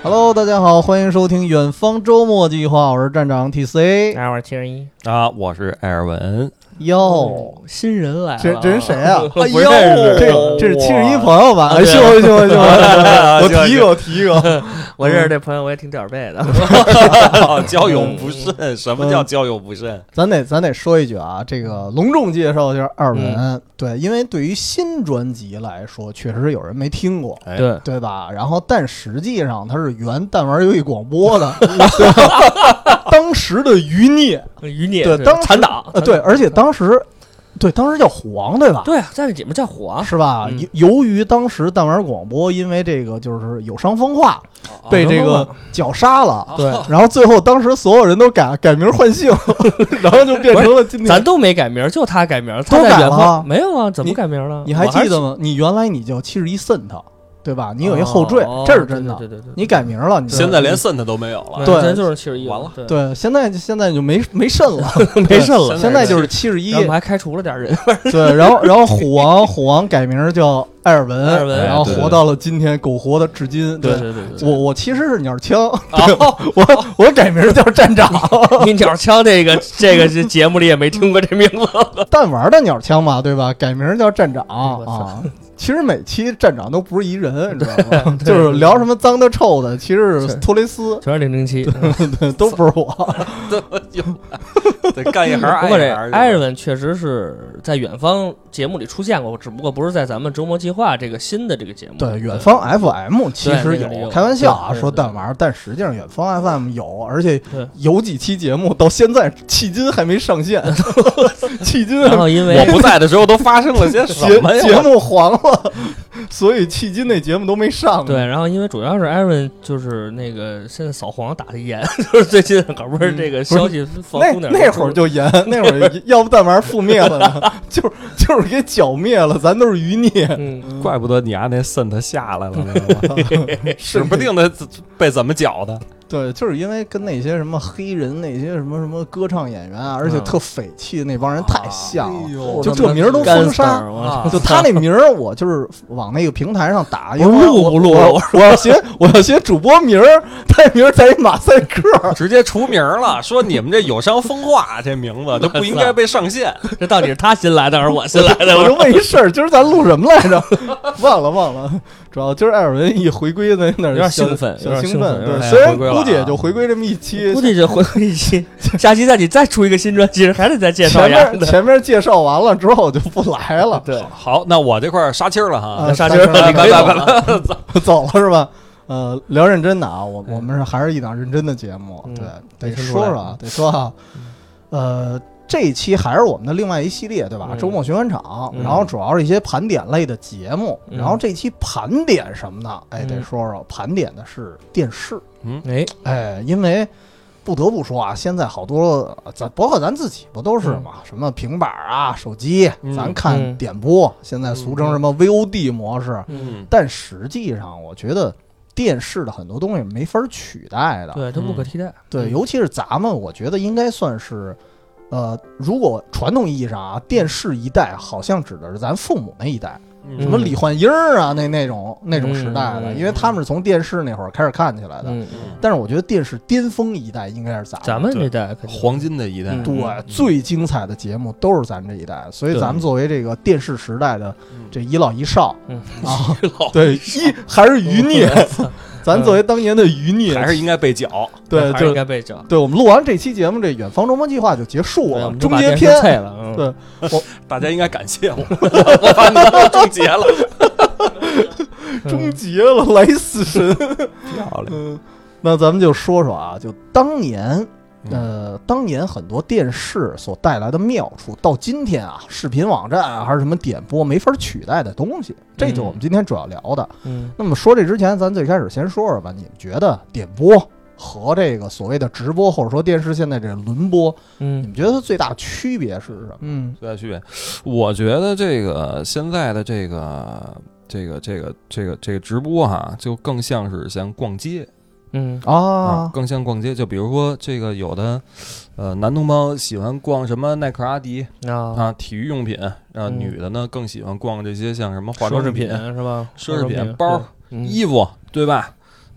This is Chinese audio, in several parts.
Hello， 大家好，欢迎收听远方周末计划，我是站长 TC， 我是71 啊，我是艾尔文。 哟， 新人来了， 这人谁啊？ 不认识，这是71朋友吧？行，我提一个， 我认识这朋友，我也挺点儿背的。 交友不慎，什么叫交友不慎？ 咱得说一句啊，这个隆重介绍就是艾尔文，对，因为对于新专辑来说，确实有人没听过，对吧？然后，但实际上他是原弹丸游戏广播的，当时的余孽，对，当残党， 对，而且当时叫虎王，对吧？ 对啊，在这里面叫虎王， 是吧？由于当时弹丸广播因为这个就是有伤风化，被这个绞杀了， 对， 然后最后当时所有人都改名换姓，然后就变成了今天。 咱都没改名，就他改名， 都改了？ 没有啊？怎么改名了？ 你还记得吗？你原来你叫71 cent。对吧？你有一后缀，这是真的。 对， 你改名了， 现在连肾都没有了。 对， 现在就是71， 完了。 对，现在就没肾了， 没肾了。 现在就是71。 我们还开除了点人。 对，然后虎王改名叫艾尔文，然后活到了今天，苟活的至今。 对， 我其实是鸟枪，我改名叫站长。 你鸟枪这个节目里也没听过这名字， 弹丸的鸟枪嘛，对吧？改名叫站长啊。其实每期站长都不是一人，你知道吗？就是聊什么脏的臭的，其实是托雷斯， 全是007， 对，都不是我。 对，干一行。 不过这艾尔文确实是在远方节目里出现过，只不过不是在咱们周末计划这个新的这个节目。 对，远方 FM 其实有，开玩笑啊，说弹丸，但实际上远方 FM 有，而且有几期节目到现在迄今还没上线，迄今。 然后因为我不在的时候都发生了些什么呀？ 节目黄了，所以迄今那节目都没上。 对，然后因为主要是艾文就是那个现在扫黄打的严，就是最近可不是这个消息放出点。 那会儿就严，那会儿要不弹丸覆灭了呢，就是给剿灭了，咱都是余孽。 怪不得你那肾他下来了，指不定他被怎么搅的。 对，就是因为跟那些什么黑人、那些什么歌唱演员啊，而且特匪气的那帮人太像了，就这名儿都封杀。就他那名儿，我就是往那个平台上打，因为不录， 我要写主播名儿，他名儿在一马赛克， 直接除名了，说你们这有伤风化这名字就不应该被上线。 这到底是他新来的还是我新来的？ 我就问一事儿，今儿咱录什么来着？忘了。主要今儿艾尔文一回归在那儿， 有点兴奋， 对，虽然估计也就回归这么一期，下期你再出一个新专辑，还得再介绍一下。前面介绍完了之后就不来了。 对， 好，那我这块杀青了哈， 杀青了，你可以走了是吧？聊认真的啊，我们还是一档认真的节目，对，得说啊，这一期还是我们的另外一系列，对吧？周末循环场，然后主要是一些盘点类的节目，然后这期盘点什么呢？得说说盘点的是电视，因为不得不说啊，现在好多包括咱自己不都是嘛？什么平板啊、手机，咱看点播，现在俗称什么 VOD 模式，但实际上我觉得电视的很多东西没法取代的， 对，它不可替代， 对，尤其是咱们，我觉得应该算是。如果传统意义上啊，电视一代好像指的是咱父母那一代，什么李焕英啊，那种时代的，因为他们是从电视那会儿开始看起来的。但是我觉得电视巅峰一代应该是咱们这代， 黄金的一代， 对，最精彩的节目都是咱这一代，所以咱们作为这个电视时代的这一老一少啊，对，还是余孽。咱作为当年的余孽， 还是应该被剿。 对， 就应该被剿。 对，我们录完这期节目，这远方周末计划就结束了，终结篇。对， 大家应该感谢我，我把你们终结了， 终结了，来死神， 漂亮。 那咱们就说说啊，就当年很多电视所带来的妙处，到今天啊，视频网站啊，还是什么点播没法取代的东西，这就是我们今天主要聊的。那么说这之前，咱最开始先说说吧，你们觉得点播和这个所谓的直播，或者说电视现在这个轮播，你们觉得它最大区别是什么？ 最大区别，我觉得这个现在的这个直播哈，就更像是像逛街。更像逛街，就比如说这个有的，男同胞喜欢逛什么耐克、阿迪体育用品，女的呢更喜欢逛这些像什么化妆品是吧？ 奢侈品、包、衣服，对吧？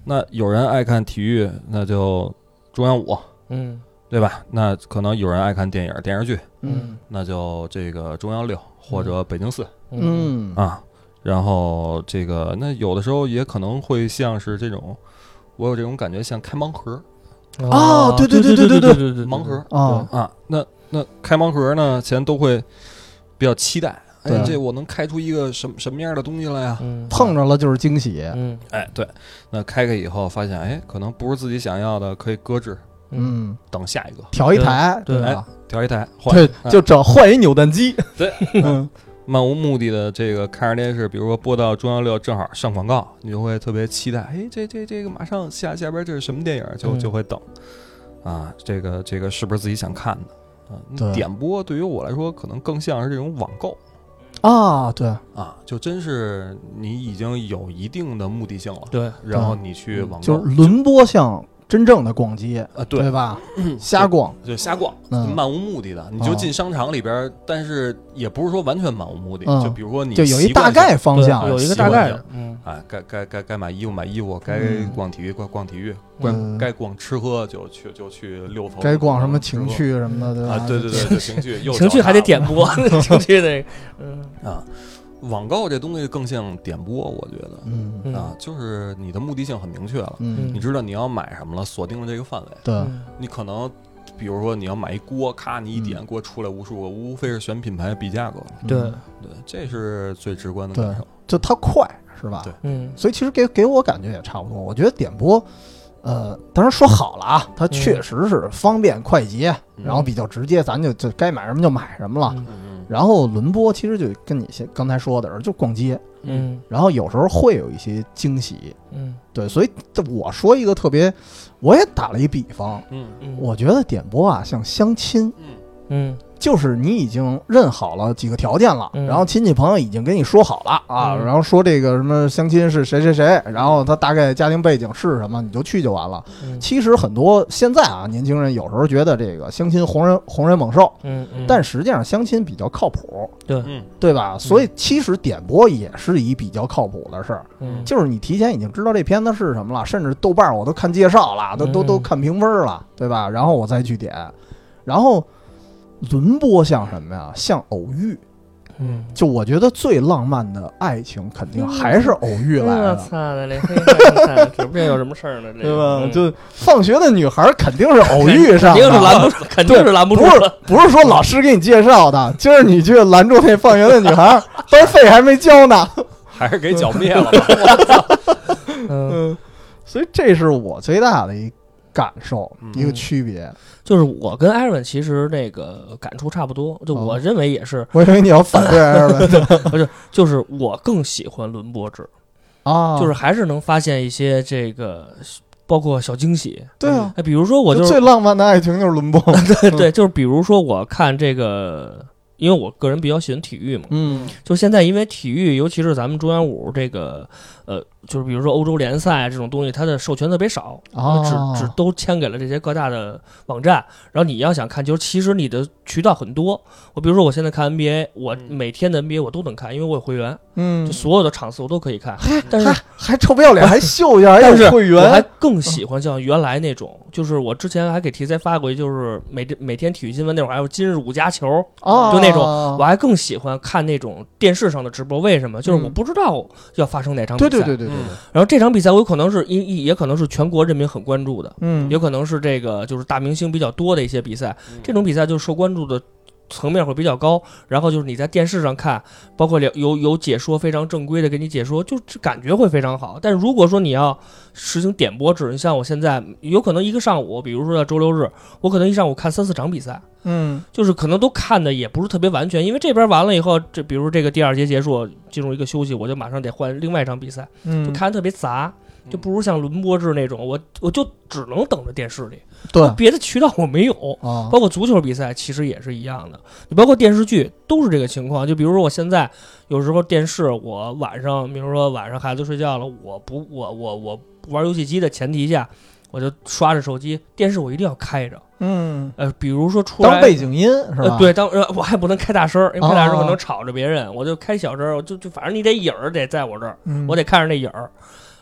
那有人爱看体育，那就中央五，对吧？那可能有人爱看电影电视剧，那就这个中央六或者北京四，然后这个那有的时候也可能会像是这种，我有这种感觉像开盲盒。 对， 盲盒那开盲盒呢，前都会比较期待，这我能开出一个什么样的东西来呀？ 碰着了就是惊喜。 对，那开开以后发现，可能不是自己想要的，可以搁置，等下一个， 调一台，对吧？ 调一台， 对，就整换一扭蛋机， 对，漫无目的的这个看着电视，比如说播到中央六正好上广告，你就会特别期待，这个马上下边这是什么电影，就会等，这个是不是自己想看的？点播对于我来说可能更像是这种网购对就真是你已经有一定的目的性了， 对， 然后你去网购， 就是轮播像真正的逛街对吧？瞎逛就瞎逛，漫无目的的，你就进商场里边，但是也不是说完全漫无目的，就比如说你就有一大概方向， 有一个大概， 该买衣服，该逛体育逛体育，该逛吃喝就去溜头， 该逛什么情趣什么的，对吧？ 对，情趣还得点播，情趣得网购这东西更像点播，我觉得，就是你的目的性很明确了，你知道你要买什么了，锁定了这个范围。 对， 你可能，比如说你要买一锅，咔，你一点给我出来无数个，无非是选品牌比价格。 对， 这是最直观的感受。 就它快，是吧？ 对， 所以其实给我感觉也差不多。我觉得点播，当然说好了它确实是方便快捷，然后比较直接，咱就该买什么就买什么了。然后轮播其实就跟你刚才说的就逛街，然后有时候会有一些惊喜，对，所以我说一个特别，我也打了一比方，我觉得点播像相亲，就是你已经认好了几个条件了，然后亲戚朋友已经跟你说好了然后说这个什么相亲是谁，然后他大概家庭背景是什么，你就去就完了。其实很多现在年轻人有时候觉得这个相亲红人猛兽，但实际上相亲比较靠谱，对吧？所以其实点播也是一比较靠谱的事儿，就是你提前已经知道这片子是什么了，甚至豆瓣我都看介绍了，都看评分了，对吧？然后我再去点，然后。轮播像什么呀？像偶遇，就我觉得最浪漫的爱情肯定还是偶遇来的。 我操的嘞！指不定有什么事儿呢， 对吧？就放学的女孩肯定是偶遇上的， 肯定是拦不住了。 不是说老师给你介绍的，今儿你去拦住那放学的女孩，班费还没交呢， 还是给剿灭了吧？ 所以这是我最大的一感受，一个区别。 就是我跟艾伦其实那个感触差不多，就我认为也是。 我以为你要反对艾伦， 不是，就是我更喜欢轮播制就是还是能发现一些这个，包括小惊喜。 对啊， 比如说我就最浪漫的爱情就是轮播。 对，就是比如说我看这个。因为我个人比较喜欢体育嘛，就现在因为体育，尤其是咱们中央五这个，就是比如说欧洲联赛这种东西，它的授权特别少，只都签给了这些各大的网站。然后你要想看，就是其实你的渠道很多。我比如说我现在看 NBA， 我每天的 NBA 我都能看，因为我有会员，就所有的场次我都可以看。但是还臭不要脸，还秀一下，还有会员。 我还更喜欢像原来那种，就是我之前还给题材发过，就是每天体育新闻那会儿还有今日5家球就那种，我还更喜欢看那种电视上的直播。为什么？就是我不知道要发生哪场比赛。 对。 然后这场比赛我有可能是也可能是全国人民很关注的，也可能是这个就是大明星比较多的一些比赛。这种比赛就是受关注的层面会比较高，然后就是你在电视上看，包括有解说非常正规的给你解说，就感觉会非常好。但是如果说你要实行点播制，你像我现在有可能一个上午，比如说周六日，我可能一上午看3-4场比赛，就是可能都看的也不是特别完全，因为这边完了以后，比如这个第2节结束进入一个休息，我就马上得换另外一场比赛，就看得特别杂。就不如像轮播制那种，我就只能等着电视里， 对， 别的渠道我没有包括足球比赛其实也是一样的，你包括电视剧都是这个情况。就比如说我现在有时候电视，我晚上，比如说晚上孩子睡觉了，我不玩游戏机的前提下，我就刷着手机，电视我一定要开着。比如说出来当背景音是吧？ 对，我还不能开大声，因为开大声可能吵着别人，我就开小声，就反正你得影儿得在我这儿，我得看着那影儿。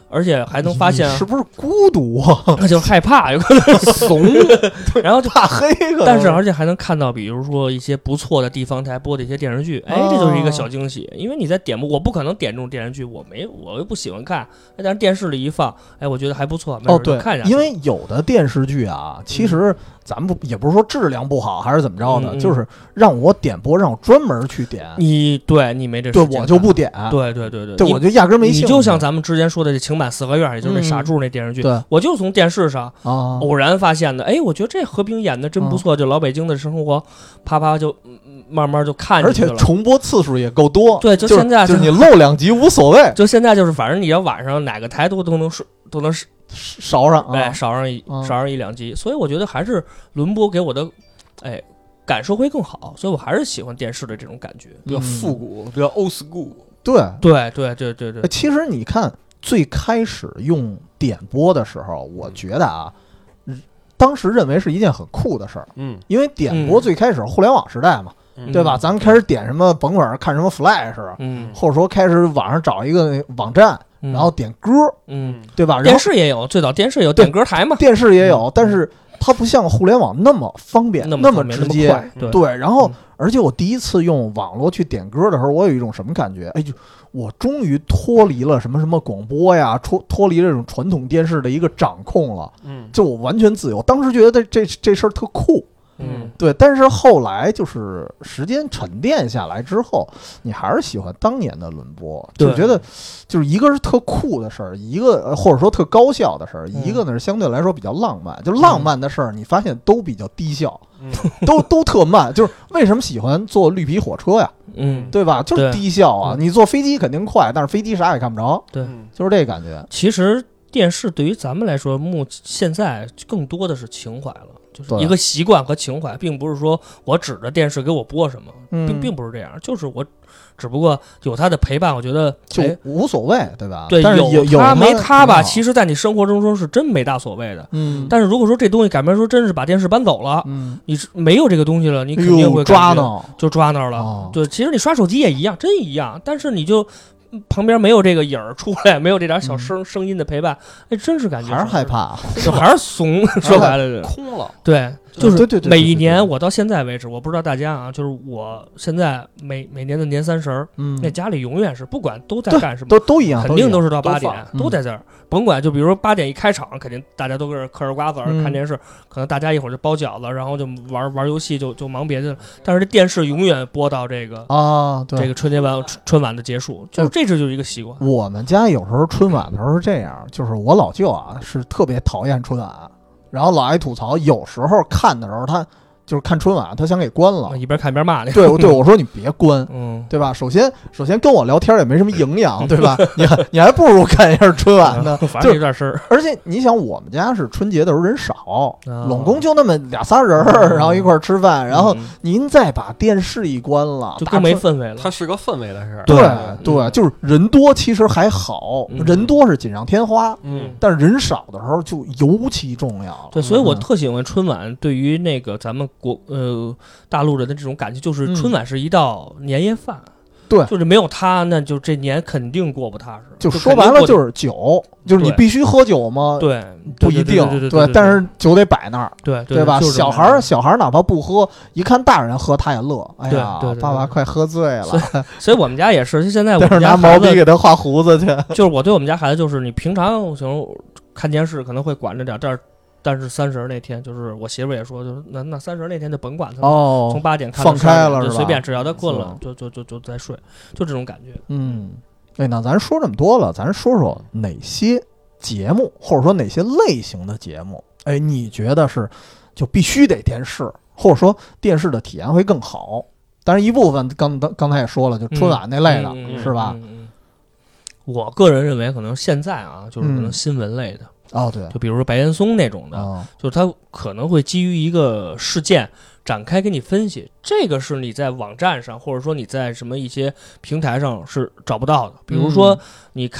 而且还能发现是不是孤独啊？ 那就害怕，有可能怂，然后就怕黑。 但是而且还能看到，比如说一些不错的地方台播的一些电视剧，哎，这就是一个小惊喜。因为你在点播，我不可能点这种电视剧，我又不喜欢看，但是电视里一放，哎，我觉得还不错， 哦，对， 看下去。 因为有的电视剧啊，其实咱们也不是说质量不好还是怎么着的，就是让我点播，让我专门去点。 你没这事，对我就不点。 对， 我就压根没兴趣。 你就像咱们之前说的这情版四合院，也就是那傻柱那电视剧，我就从电视上偶然发现的。哎，我觉得这和平演的真不错，就老北京的生活，啪啪就慢慢就看进去了。 而且重播次数也够多。 对，就现在就是你漏2集无所谓。 就现在就是，反正你要晚上哪个台都能少上， 哎，少上1-2集。所以我觉得还是轮播给我的，哎，感受会更好。所以我还是喜欢电视的这种感觉， 比较复古，比较 old school。 对。 其实你看，最开始用点播的时候，我觉得啊，当时认为是一件很酷的事儿。因为点播最开始互联网时代嘛，对吧？咱们开始点什么，甭管是看什么 Flash，或者说开始网上找一个网站，然后点歌，对吧？ 电视也有，最早电视有点歌台嘛， 电视也有，但是它不像互联网那么方便，那么直接，对。然后，而且我第一次用网络去点歌的时候，我有一种什么感觉？哎，就我终于脱离了什么广播呀，脱离这种传统电视的一个掌控了。就我完全自由。当时觉得这事儿特酷。对。但是后来就是时间沉淀下来之后，你还是喜欢当年的轮播，就觉得就是一个是特酷的事儿，一个或者说特高效的事儿，一个呢是相对来说比较浪漫。就浪漫的事儿，你发现都比较低效，都特慢。就是为什么喜欢坐绿皮火车呀？对吧？就是低效啊。你坐飞机肯定快，但是飞机啥也看不着。 对， 就是这感觉。 其实电视对于咱们来说，现在更多的是情怀了。就是一个习惯和情怀，并不是说我指着电视给我播什么，并不是这样，就是我只不过有他的陪伴，我觉得就无所谓，对吧？ 对， 但是有他没他吧，其实在你生活中说是真没大所谓的。但是如果说这东西改编说真是把电视搬走了，你没有这个东西了，你肯定会抓挠， 就抓那儿了。对，其实你刷手机也一样，真一样，但是你就旁边没有这个影儿出来，没有这点小声音的陪伴，哎，真是感觉还是害怕， 就还是怂，说白了空了。 对，就是每一年我到现在为止，我不知道大家啊，就是我现在每年的年30，那家里永远是不管都在干什么， 都一样， 肯定都是到8点都在这儿，甭管就比如说8点一开场，肯定大家都搁这嗑着瓜子看电视，可能大家一会儿就包饺子，然后就玩游戏，就忙别的了。但是这电视永远播到这个这个春晚的结束，就这就是一个习惯。 我们家有时候春晚的时候是这样，就是我老舅啊是特别讨厌春晚，然后老爱吐槽，有时候看的时候他就是看春晚，他想给关了， 一边看一边骂那。 对，我说你别关，对吧？首先跟我聊天也没什么营养，对吧？你还不如看一下春晚呢， 反正有点事儿。 而且你想，我们家是春节的时候人少，拢共就那么2-3人，然后一块吃饭，然后您再把电视一关了， 就更没氛围了。 它是个氛围的事儿。 对，就是人多其实还好，人多是锦上添花，但是人少的时候就尤其重要。 对，所以我特喜欢春晚。对于那个咱们大陆人的这种感觉，就是春晚是一道年夜饭。对，就是没有他，那就这年肯定过不踏实。 就说白了就是酒，就是你必须喝酒吗？ 对， 不一定。对，但是酒得摆那儿，对吧？小孩哪怕不喝，一看大人喝他也乐。哎呀，爸爸快喝醉了。 所以我们家也是，现在我们家拿毛笔给他画胡子去。 就是我对我们家孩子，就是你平常行看电视可能会管着点，但是30那天，就是我媳妇也说，就是那30那天就甭管他了，从8点看放开了， 就随便，只要他困了就再睡，就这种感觉。 那咱说这么多了，咱说说哪些节目，或者说哪些类型的节目，哎，你觉得是就必须得电视，或者说电视的体验会更好？当然一部分刚才也说了，就春晚那类的，是吧？ 我个人认为，可能现在啊，就是可能新闻类的。 对， 就比如说白岩松那种的，就是他可能会基于一个事件展开给你分析，这个是你在网站上或者说你在什么一些平台上是找不到的。比如说你看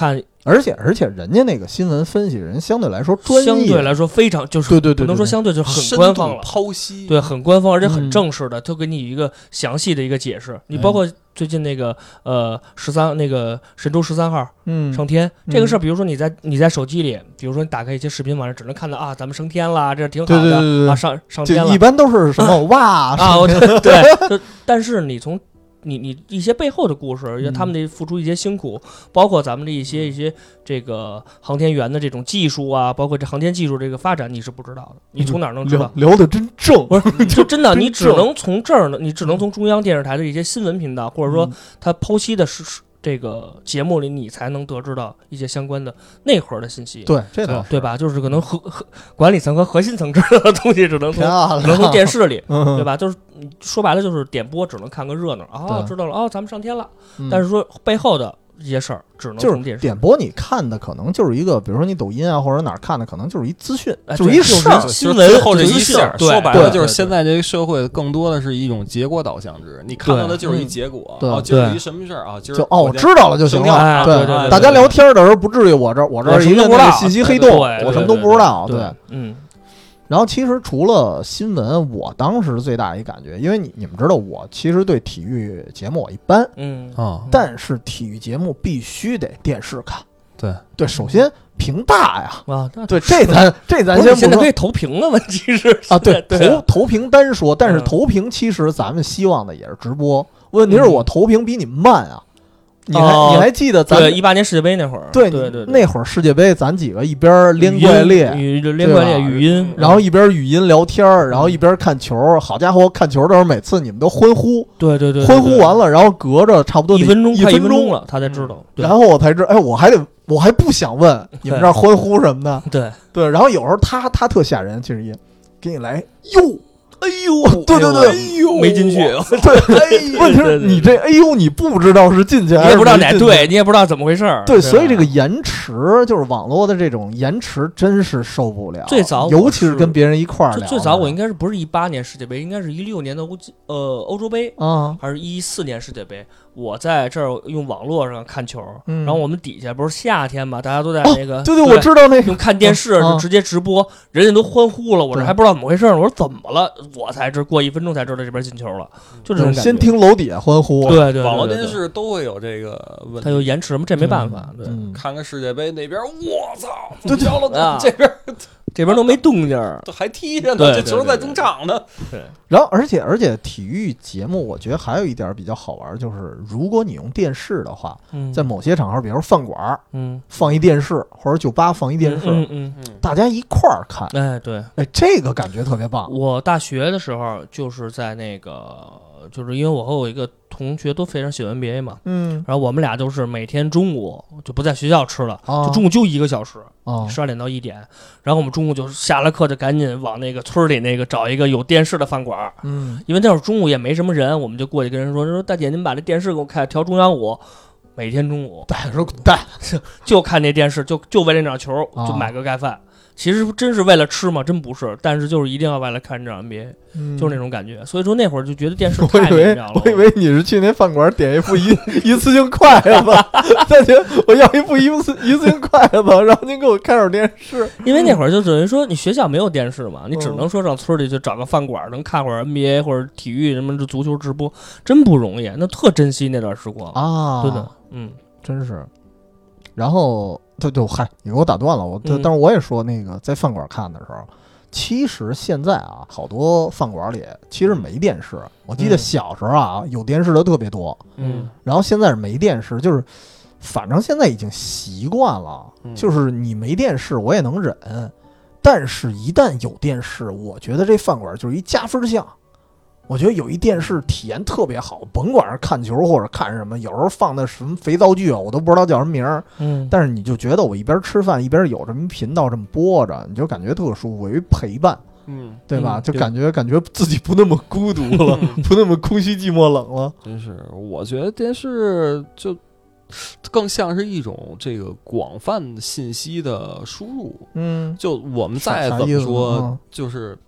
而且人家那个新闻分析人相对来说专业， 相对来说非常就是对， 不能说相对就是很官方了， 剖析， 对，很官方而且很正式的，都给你一个详细的一个解释。你包括最近那个那个神舟13号上天这个事儿，比如说你在手机里，比如说你打开一些视频网站，只能看到啊咱们升天了，这挺好的， 对啊上天了， 一般都是什么哇啊对，但是你从你一些背后的故事，他们得付出一些辛苦，包括咱们的一些这个航天员的这种技术啊，包括这航天技术这个发展，你是不知道的。你从哪能知道？ 聊得真正， 不是就真的，你只能从这儿呢，你只能从中央电视台的一些新闻频道，或者说他剖析的是这个节目里，你才能得知到一些相关的内核的信息。 对，这倒对吧？就是可能管理层和核心层知道的东西，只能从电视里，对吧？就是说白了，就是点播，只能看个热闹啊，知道了咱们上天了。但是说背后的一些事儿，只能从电视点播，你看的可能就是一个，比如说你抖音啊或者哪儿看的，可能就是一资讯， 就是一事儿新闻最后这一下。 说白了，就是现在这个社会更多的是一种结果导向制，你看到的就是一结果，就是一什么事儿啊， 就我知道了就行了。 对， 大家聊天的时候不至于我这儿一个那个信息黑洞，我什么都不知道。对，然后其实除了新闻，我当时最大一感觉，因为你们知道我其实对体育节目我一般，但是体育节目必须得电视看。对，首先屏大呀，对，这咱先现在可以投屏了，问题是啊，对，投屏单说，但是投屏其实咱们希望的也是直播，问题是我投屏比你慢啊。你还记得咱 18年世界杯那会儿？ 对，那会儿世界杯，咱几个一边连怪猎语音， 然后一边语音聊天，然后一边看球。好家伙，看球的时候每次你们都欢呼， 对， 欢呼完了，然后隔着差不多 1分钟， 快1分钟了，他才知道。 然后我才知道，哎，我还不想问你们这儿欢呼什么的。对，然后有时候他特吓人，其实也给你来哟。哎呦，对， 哎呦，没进去。 对，问题是你这哎呦，你不知道是进去还是没进去， 你也不知道哪队，你也不知道怎么回事。 对，所以这个延迟就是网络的这种延迟，真是受不了。 最早， 尤其是跟别人一块儿聊。 最早我应该不是18年世界杯，应该是16年的欧洲杯啊，还是14年世界杯？我在这儿用网络上看球，然后我们底下不是夏天嘛，大家都在那个对，我知道那个用看电视就直接直播，人家都欢呼了，我这还不知道怎么回事呢。我说怎么了？我才过1分钟才知道这边进球了，就这种感觉。 先听楼底下欢呼， 对， 网络电视都会有这个问题， 它有延迟嘛，这没办法。对， 看个世界杯那边，我操， 对了， 这边都没动静， 还踢着呢，这球在中场呢。 对， 然后而且体育节目，我觉得还有一点比较好玩，就是如果你用电视的话，在某些场合，比如饭馆，放一电视，或者酒吧放一电视，大家一块儿看， 对， 这个感觉特别棒。 我大学的时候就是在那个。就是因为我和我一个同学都非常喜欢 NBA 嘛，然后我们俩都是每天中午就不在学校吃了，就中午就1个小时，12点到1点，然后我们中午就下了课就赶紧往那个村里那个找一个有电视的饭馆，因为那会儿中午也没什么人，我们就过去跟人说大姐您把这电视给我开，调中央5，每天中午就看那电视，就为了那场球就买个盖饭。其实真是为了吃吗？真不是，但是就是一定要为了看这场 NBA，就是那种感觉。所以说那会儿就觉得电视太美妙了。 我以为你是去那饭馆点一副一次性筷子，大姐我要一副一次性筷子，然后您给我看会儿电视。 因为那会儿就等于说你学校没有电视嘛，你只能说上村里就找个饭馆能看会儿 NBA 或者体育什么足球直播，真不容易，那特珍惜那段时光啊， 真的， 真是。然后嗨，你给我打断了，但是我也说那个在饭馆看的时候，其实现在啊，好多饭馆里其实没电视。我记得小时候啊，有电视的特别多，然后现在是没电视，就是反正现在已经习惯了，就是你没电视我也能忍，但是一旦有电视，我觉得这饭馆就是一加分项。我觉得有一电视体验特别好，甭管是看球或者看什么，有时候放的什么肥皂剧啊，我都不知道叫什么名儿。但是你就觉得我一边吃饭一边有这么一频道这么播着，你就感觉特舒服，有一陪伴，对吧？就感觉自己不那么孤独了，不那么空虚寂寞冷了。 真是，我觉得电视就更像是一种这个广泛信息的输入。就我们再怎么说，就是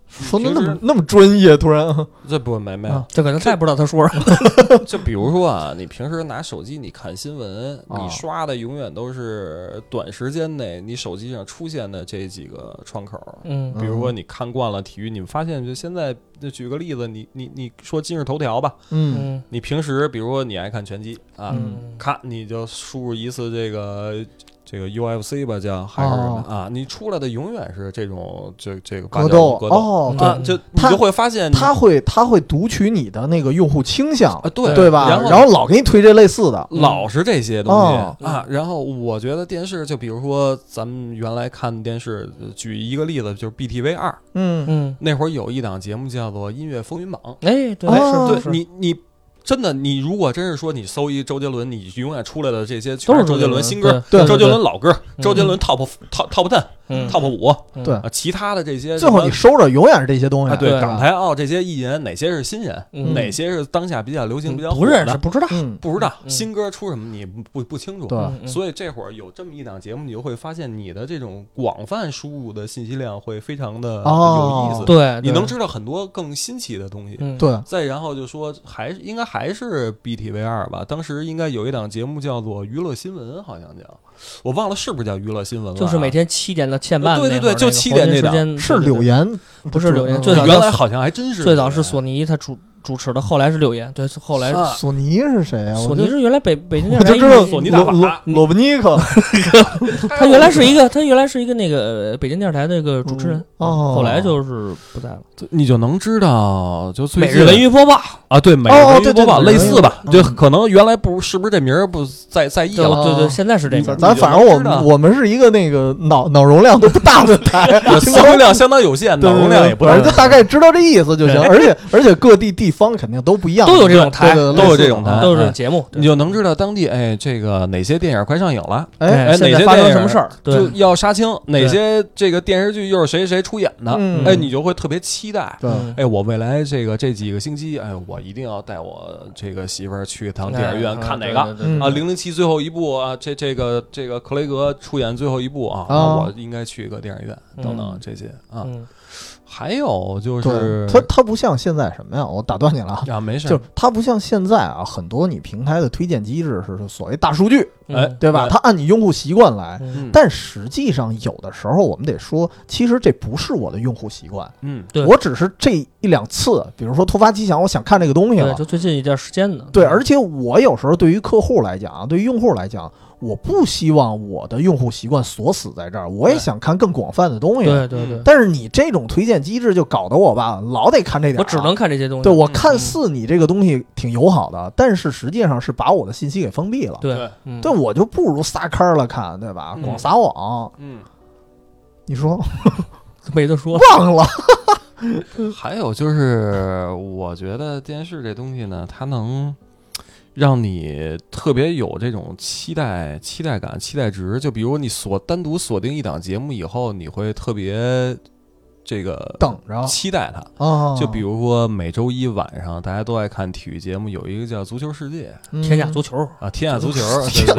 说的那么专业，突然这不没有， 这可能他也不知道他说什么。 就比如说啊，你平时拿手机你看新闻，你刷的永远都是短时间内你手机上出现的这几个窗口。比如说你看惯了体育，你们发现就现在就举个例子，你说今日头条吧，你平时比如说你爱看拳击啊，看你就输入一次这个 UFC 吧，叫还是什么啊？你出来的永远是这种这个格斗对，就你就会发现他会读取你的那个用户倾向， 对吧？然后老给你推这类似的， 老是这些东西啊。然后我觉得电视，就比如说咱们原来看电视，举一个例子就是 BTV2，那会儿有一档节目叫做《音乐风云榜》， 对， 是你。真的，你如果真是说你搜一周杰伦，你永远出来的这些全是周杰伦新歌，周杰伦老歌，周杰伦 top 10、top 5， 对， 其他的这些， 最后你收着永远是这些东西。 对，港台澳这些艺人，哪些是新人，哪些是当下比较流行、比较火的， 不认识，不知道， 新歌出什么你不清楚。 对， 所以这会儿有这么一档节目，你就会发现你的这种广泛输入的信息量会非常的有意思。 对， 你能知道很多更新奇的东西。 对， 再然后就说还是 BTV2 吧，当时应该有一档节目叫做娱乐新闻，好像叫我忘了是不是叫娱乐新闻了， 就是每天7点到7点半， 对，就7点那档， 是柳岩， 不是柳岩， 原来好像还真是， 最早是索尼他主持的，后来是柳岩，对，后来索尼是谁啊？ 索尼是原来北京电视台， 我就知道索尼大法罗布尼克， 他原来是一个那个北京电视台的一个主持人，后来就是不在了。 你就能知道，就每日文娱播报啊，对，每日文娱播报类似吧，就可能原来是不是这名儿不在意了？ 对，现在是这名。 咱反正我们是一个那个脑容量都不大的台， 词汇量相当有限，脑容量也不大， 就大概知道这意思就行。而且各地方肯定都不一样， 都有这种台， 都有这种台， 都是节目， 你就能知道当地这个哪些电影快上映了， 哪些发生什么事儿就要杀青，哪些这个电视剧又是谁出演的，你就会特别期待。我未来这几个星期，我一定要带我这个媳妇儿去趟电影院看哪个啊？007最后一部啊，这个克雷格出演最后一部啊，我应该去一个电影院等等这些啊。还有就是它不像现在什么呀？我打断你了啊，没事， 就是它不像现在啊，很多你平台的推荐机制是所谓大数据，对吧？它按你用户习惯来，但实际上有的时候我们得说，其实这不是我的用户习惯， 对， 我只是这1-2次，比如说突发奇想，我想看这个东西了， 就最近一段时间的， 对，而且我有时候对于客户来讲，对于用户来讲。我不希望我的用户习惯锁死在这儿，我也想看更广泛的东西。 对。 但是你这种推荐机制就搞得我吧，老得看这点， 我只能看这些东西。 对，我看似你这个东西挺友好的，但是实际上是把我的信息给封闭了。对，我就不如撒坑了看，对吧？广撒网。你说没得说， 忘了。 还有就是，我觉得电视这东西呢，它能让你特别有这种期待感、期待值。就比如你单独锁定一档节目以后，你会特别这个等着期待它。就比如说每周一晚上大家都爱看体育节目，有一个叫《足球世界》， 天下足球啊，天下足球，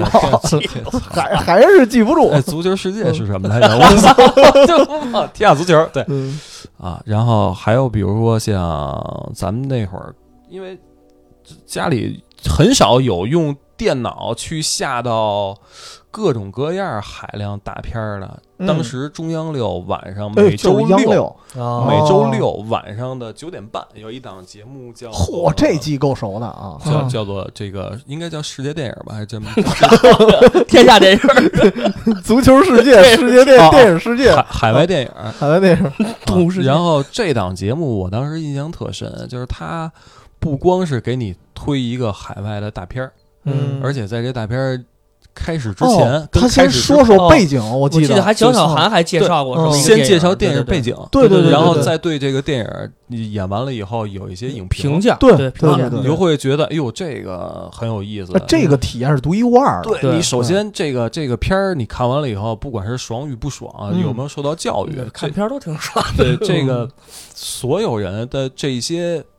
还是记不住。 足球世界是什么来着？我操，天下足球，对，啊，然后还有比如说像咱们那会儿，因为家里很少有用电脑去下到各种各样海量大片的。当时中央6晚上每周六晚上的9点半有一档节目叫这季够熟的啊， 叫做这个应该叫世界电影吧，还是这么天下电影足球世界世界电影世界海外电影动物世界。 然后这档节目我当时印象特深，就是它不光是给你推一个海外的大片儿，而且在这大片儿开始之前， 他先说背景，我记得还蒋小涵还介绍过， 先介绍电影背景， 对， 然后再对这个电影你演完了以后有一些影评价， 对， 你就会觉得，哎呦，这个很有意思， 这个体验是独一无二的。 对，你首先这个片儿你看完了以后，不管是爽与不爽，有没有受到教育， 看片儿都挺爽。 对，这个所有人的这些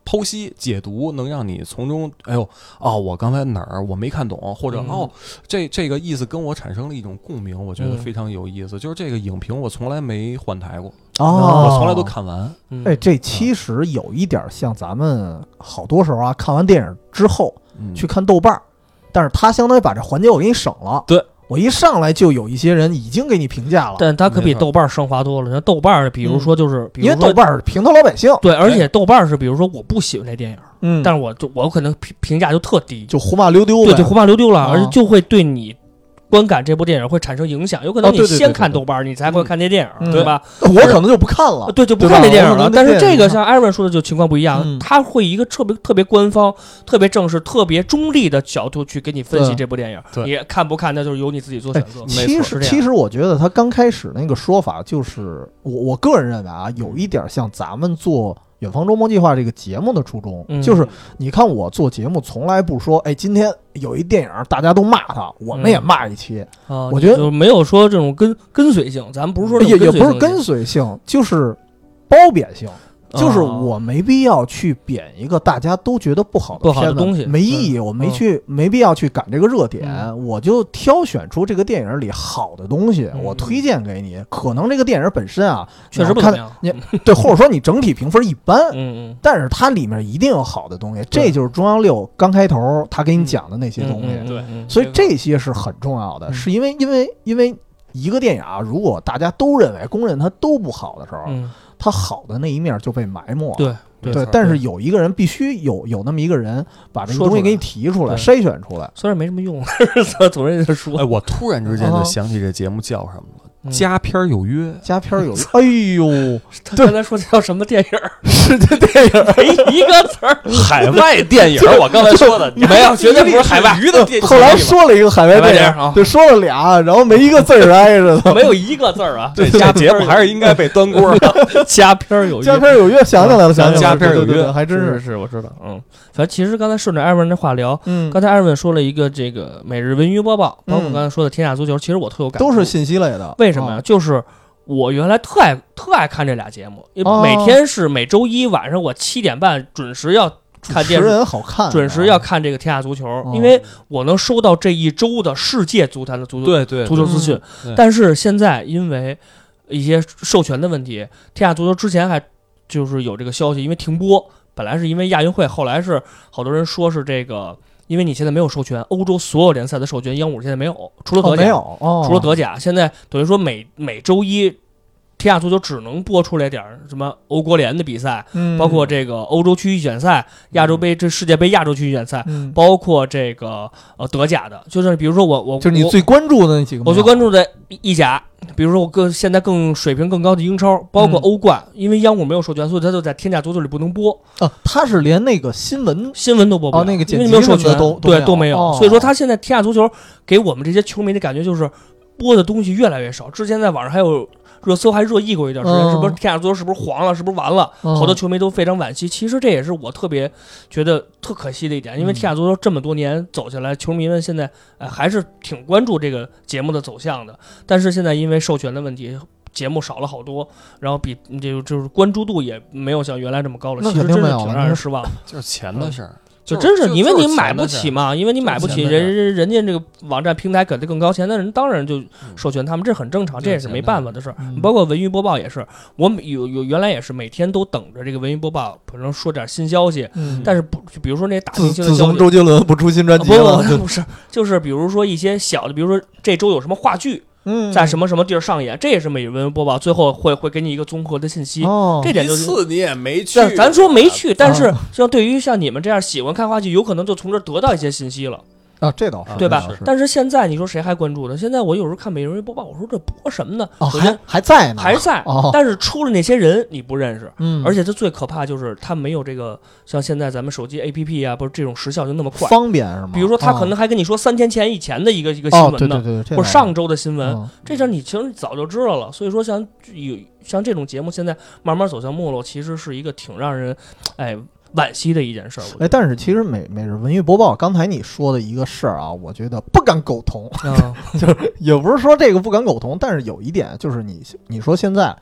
剖析解读，能让你从中我刚才哪儿我没看懂，或者这个意思跟我产生了一种共鸣，我觉得非常有意思。就是这个影评我从来没换台过我从来都看完。 这其实有一点像咱们好多时候啊，看完电影之后去看豆瓣，但是他相当于把这环节我给你省了。 对。 我一上来就有一些人已经给你评价了， 但它可比豆瓣升华多了。像豆瓣，比如说因为豆瓣是平头老百姓， 对，而且豆瓣是比如说我不喜欢这电影，但是我可能评价就特低， 就胡骂溜丢， 对，就胡骂溜丢了，而且就会对你观感这部电影会产生影响，有可能你先看豆瓣，你才会看这电影，对吧？ 我可能就不看了， 对，就不看这电影了。但是这个像艾文说的就情况不一样，他会以一个特别官方、特别正式、特别中立的角度去给你分析这部电影，你看不看那就是由你自己做选择。 其实我觉得他刚开始那个说法就是我个人认为啊，有一点像咱们做远方周末计划这个节目的初衷，就是你看我做节目从来不说今天有一电影大家都骂他，我们也骂一期，我觉得就没有说这种跟随性，咱们不是说也不是跟随性，就是褒贬性。就是我没必要去贬一个大家都觉得不好的东西， 没意义，我没必要去赶这个热点，我就挑选出这个电影里好的东西，我推荐给你。可能这个电影本身啊， 确实不怎么样， 对，或者说你整体评分一般，但是它里面一定有好的东西，这就是中央六刚开头他给你讲的那些东西， 对， 所以这些是很重要的，是因为一个电影啊，如果大家都公认它都不好的时候，它好的那一面就被埋没了。对，但是有一个人必须有那么一个人把这个东西给你提出来，筛选出来， 虽然没什么用，总是在说。 我突然之间就想起这节目叫什么了。佳片有约， 佳片有约。哎呦， 他刚才说的叫什么电影？ 是这电影没一个词儿。 海外电影，我刚才说的没有，绝对不是海外的电影。 后来说了一个海外电影，就说了俩，然后没一个字儿挨着的， 没有一个字儿啊。 这节目还是应该被端锅。 佳片有约， 佳片有约，想起来了， 佳片有约， 还真是我知道。反正其实刚才顺着艾文的话聊，刚才艾文说了一个这个每日文娱播报，包括刚才说的天下足球，其实我特有感触， 都是信息类的。 为什么呀？就是我原来特爱看这俩节目，因为每天是每周一晚上我7点半准时要看电视， 好看， 准时要看这个天下足球，因为我能收到这一周的世界足坛的足球资讯。但是现在因为一些授权的问题，天下足球之前还就是有这个消息，因为停播。本来是因为亚运会，后来是好多人说是这个，因为你现在没有授权，欧洲所有联赛的授权，央五现在没有，除了德甲，除了德甲，现在等于说每周一，天下足球只能播出来点什么欧国联的比赛，包括这个欧洲区预选赛、亚洲杯这世界杯亚洲区预选赛，包括这个德甲的，就是比如说我就是你最关注的那几个， 我最关注的意甲。比如说我现在水平更高的英超，包括欧冠，因为央五没有授权，所以它就在天下足球里不能播。 它是连那个新闻都播不了， 那个剪辑没有授权都没有。所以说， 它现在天下足球给我们这些球迷的感觉就是播的东西越来越少。之前在网上还有热搜还热议过一段时间，是不是天下足球是不是黄了，是不是完了？好多球迷都非常惋惜。其实这也是我特别觉得特可惜的一点，因为天下足球这么多年走下来，球迷们现在还是挺关注这个节目的走向的。但是现在因为授权的问题，节目少了好多，然后比就是关注度也没有像原来这么高了。其实真是挺让人失望的， 就是钱的事儿。 就真是因为你买不起嘛，因为你买不起，人家这个网站平台给的更高钱的人，当然就授权他们，这很正常，这也是没办法的事儿。包括文娱播报也是，我原来也是每天都等着这个文娱播报，可能说点新消息，但是不，比如说那些大明星的消息， 自从周杰伦不出新专辑了， 不是，就是比如说一些小的，比如说这周有什么话剧。在什么什么地儿上演，这也是每日文娱播报最后会给你一个综合的信息。这点就是一次你也没去， 咱说没去，但是像对于像你们这样喜欢看话剧，有可能就从这得到一些信息了。 这倒是对吧？但是现在你说谁还关注呢？现在我有时候看每日文娱播报，我说这播什么呢？ 还在呢， 还在。但是出了那些人你不认识，而且它最可怕就是它没有这个像现在咱们手机 APP 啊，不是这种时效就那么快方便是吗？ 比如说他可能还跟你说3天以前的一个新闻呢， 对， 或者上周的新闻，这点你其实早就知道了。所以说像这种节目现在慢慢走向没落，其实是一个挺让人惋惜的一件事儿。 但是其实每日文娱播报刚才你说的一个事儿啊，我觉得不敢苟同，就是也不是说这个不敢苟同，但是有一点就是你说现在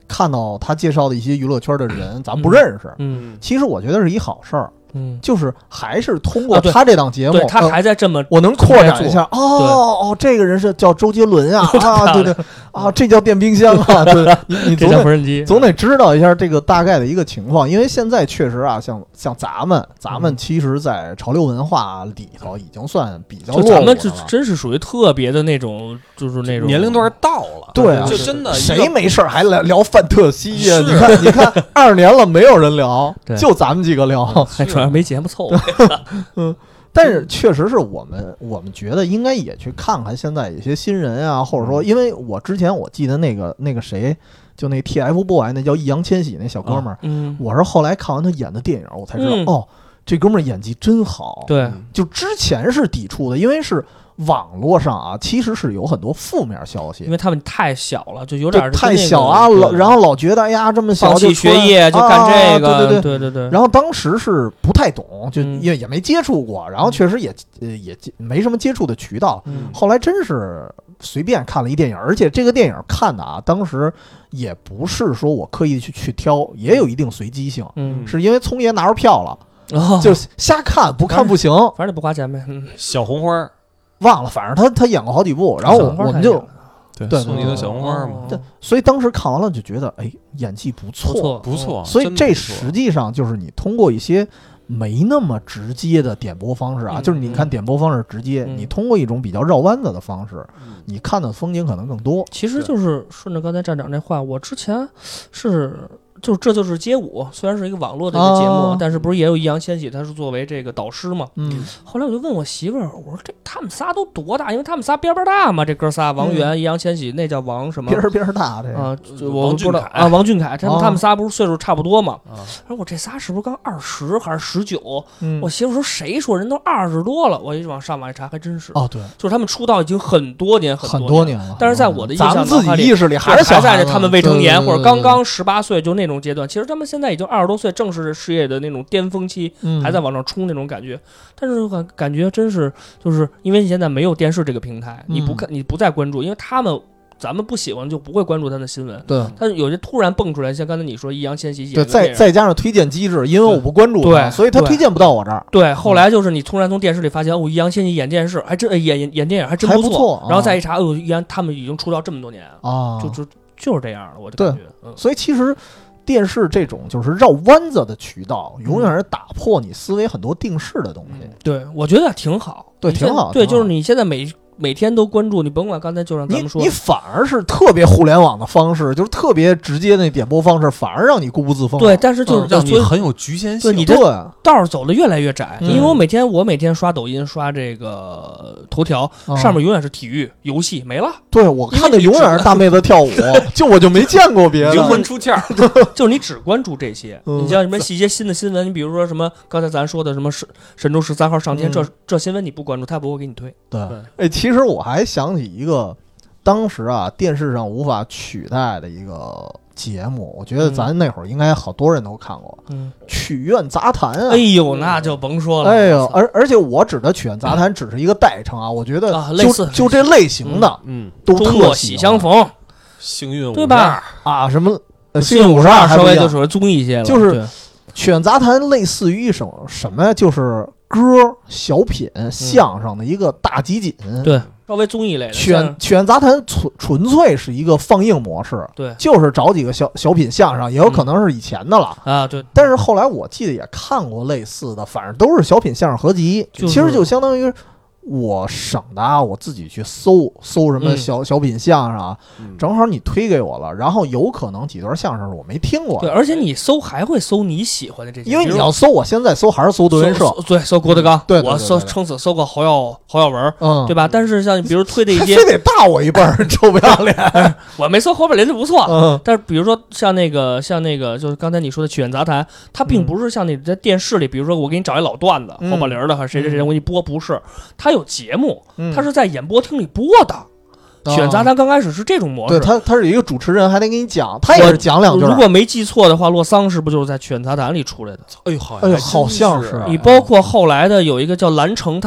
看到他介绍的一些娱乐圈的人，咱不认识。其实我觉得是一好事儿。就是还是通过他这档节目， 他还在这么， 我能扩展一下。哦，这个人是叫周杰伦啊，对对啊，这叫电冰箱啊，对，你总得知道一下这个大概的一个情况，因为现在确实啊，像咱们其实，在潮流文化里头已经算比较落伍了。 咱们真是属于特别的那种，就是那种年龄段到了， 对啊， 就真的谁没事还聊范特西呀？你看，2年了没有人聊，就咱们几个聊， 主要没节目凑合。 但是确实是我们觉得应该也去看看现在有些新人啊，或者说，因为我之前我记得那个谁，就那 TFBOY 那叫易烊千玺那小哥们儿，我是后来看完他演的电影，我才知道，哦，这哥们儿演技真好。 对， 就之前是抵触的，因为是网络上啊，其实是有很多负面消息， 因为他们太小了，就有点太小啊，然后老觉得哎呀这么小就学业就干这个， 对。然后当时是不太懂，就也没接触过，然后确实也没什么接触的渠道。后来真是随便看了一电影，而且这个电影看的啊，当时也不是说我刻意去挑，也有一定随机性，是因为聪爷拿着票了，就瞎看，不看不行， 反正不花钱呗。 小红花。 忘了，反正他演过好几部，然后我们就对送你的小红花嘛， 对，所以当时看完了就觉得，哎，演技不错，所以这实际上就是你通过一些没那么直接的点播方式啊，就是你看点播方式直接，你通过一种比较绕弯子的方式，你看的风景可能更多。 其实就是顺着刚才站长这话，我之前是。这就是街舞，虽然是一个网络的一个节目，但是不是也有易烊千玺，他是作为这个导师嘛。后来我就问我媳妇儿，我说他们仨都多大？因为他们�á边大嘛，这哥仨，王源、易烊千玺，那叫王什么？ 边大这啊，我不知道啊，王俊凯，他们仨不是岁数差不多嘛？说我这仨是不是刚20还是19？我媳妇说谁说人都20多了？我一往上网一查，还真是。 哦，对， 就是他们出道已经很多年了，但是在我的印象咱们自己意识里还是在他们未成年或者刚刚18岁就那种阶段，其实他们现在已经20多岁，正是事业的那种巅峰期，还在往上冲那种感觉。但是感觉真是，就是因为现在没有电视这个平台，你不看，你不再关注，因为咱们不喜欢就不会关注他的新闻。 对， 他有些突然蹦出来，像刚才你说易烊千玺演的， 对，再加上推荐机制，因为我不关注他，所以他推荐不到我这儿。 对，后来就是你突然从电视里发现，哦，易烊千玺演电视还真演电影还真不错，然后再一查，哦，易烊他们已经出道这么多年啊，就是这样的，我的感觉。 所以其实。电视这种就是绕弯子的渠道，永远是打破你思维很多定式的东西。 对，我觉得挺好， 对，挺好。 对，就是你现在每天都关注，你甭管刚才就让咱们说， 你反而是特别互联网的方式，就是特别直接的点播方式，反而让你固步自封。 对，但是就是让你很有局限性。 对，你这道走的越来越窄，因为我每天刷抖音，刷这个头条，上面永远是体育、游戏，没了。 对，我看的永远是大妹子跳舞，我就没见过别的。 灵魂出窍， 就是你只关注这些。你像什么一些新的新闻，你比如说什么刚才咱说的什么神舟13号上天，这新闻你不关注，他不会给你推。 对，哎，其实我还想起一个当时啊电视上无法取代的一个节目，我觉得咱那会儿应该好多人都看过，曲苑杂谈啊。 哎呦，那就甭说了。 哎呦，而且我指的曲苑杂谈只是一个代称啊，我觉得就这类型的，都特喜相逢， 幸运52， 对吧？ 啊，什么幸运52稍微就属于综艺一些了， 就是曲苑杂谈类似于一首什么呀？就是歌、小品、相声的一个大集锦， 对，稍微综艺类的。 曲苑杂谈纯粹是一个放映模式， 对， 就是找几个小品相声，也有可能是以前的了啊，对。 但是后来我记得也看过类似的，反正都是小品相声合集，其实就相当于。我省的啊，我自己去搜什么小品相声啊，正好你推给我了，然后有可能几段相声是我没听过的。 对，而且你搜还会搜你喜欢的这些， 因为你要搜，我现在搜还是搜德云社， 对，搜郭德纲， 对， 我撑死搜个侯耀文，对吧？但是像比如推的一些， 非得大我一辈儿，臭不要脸。 我没搜侯宝林就不错，但是比如说像那个，就是刚才你说的曲苑杂谈，它并不是像你在电视里，比如说我给你找一老段子，侯宝林的还是谁我给你播，不是，它有节目，它是在演播厅里播的。曲苑杂谈刚开始是这种模式， 对，他是一个主持人，还得给你讲，他也是讲两句。 如果没记错的话，洛桑是不是就是在曲苑杂谈里出来的？ 哎呦，好像是。 你包括后来的有一个叫蓝城，他是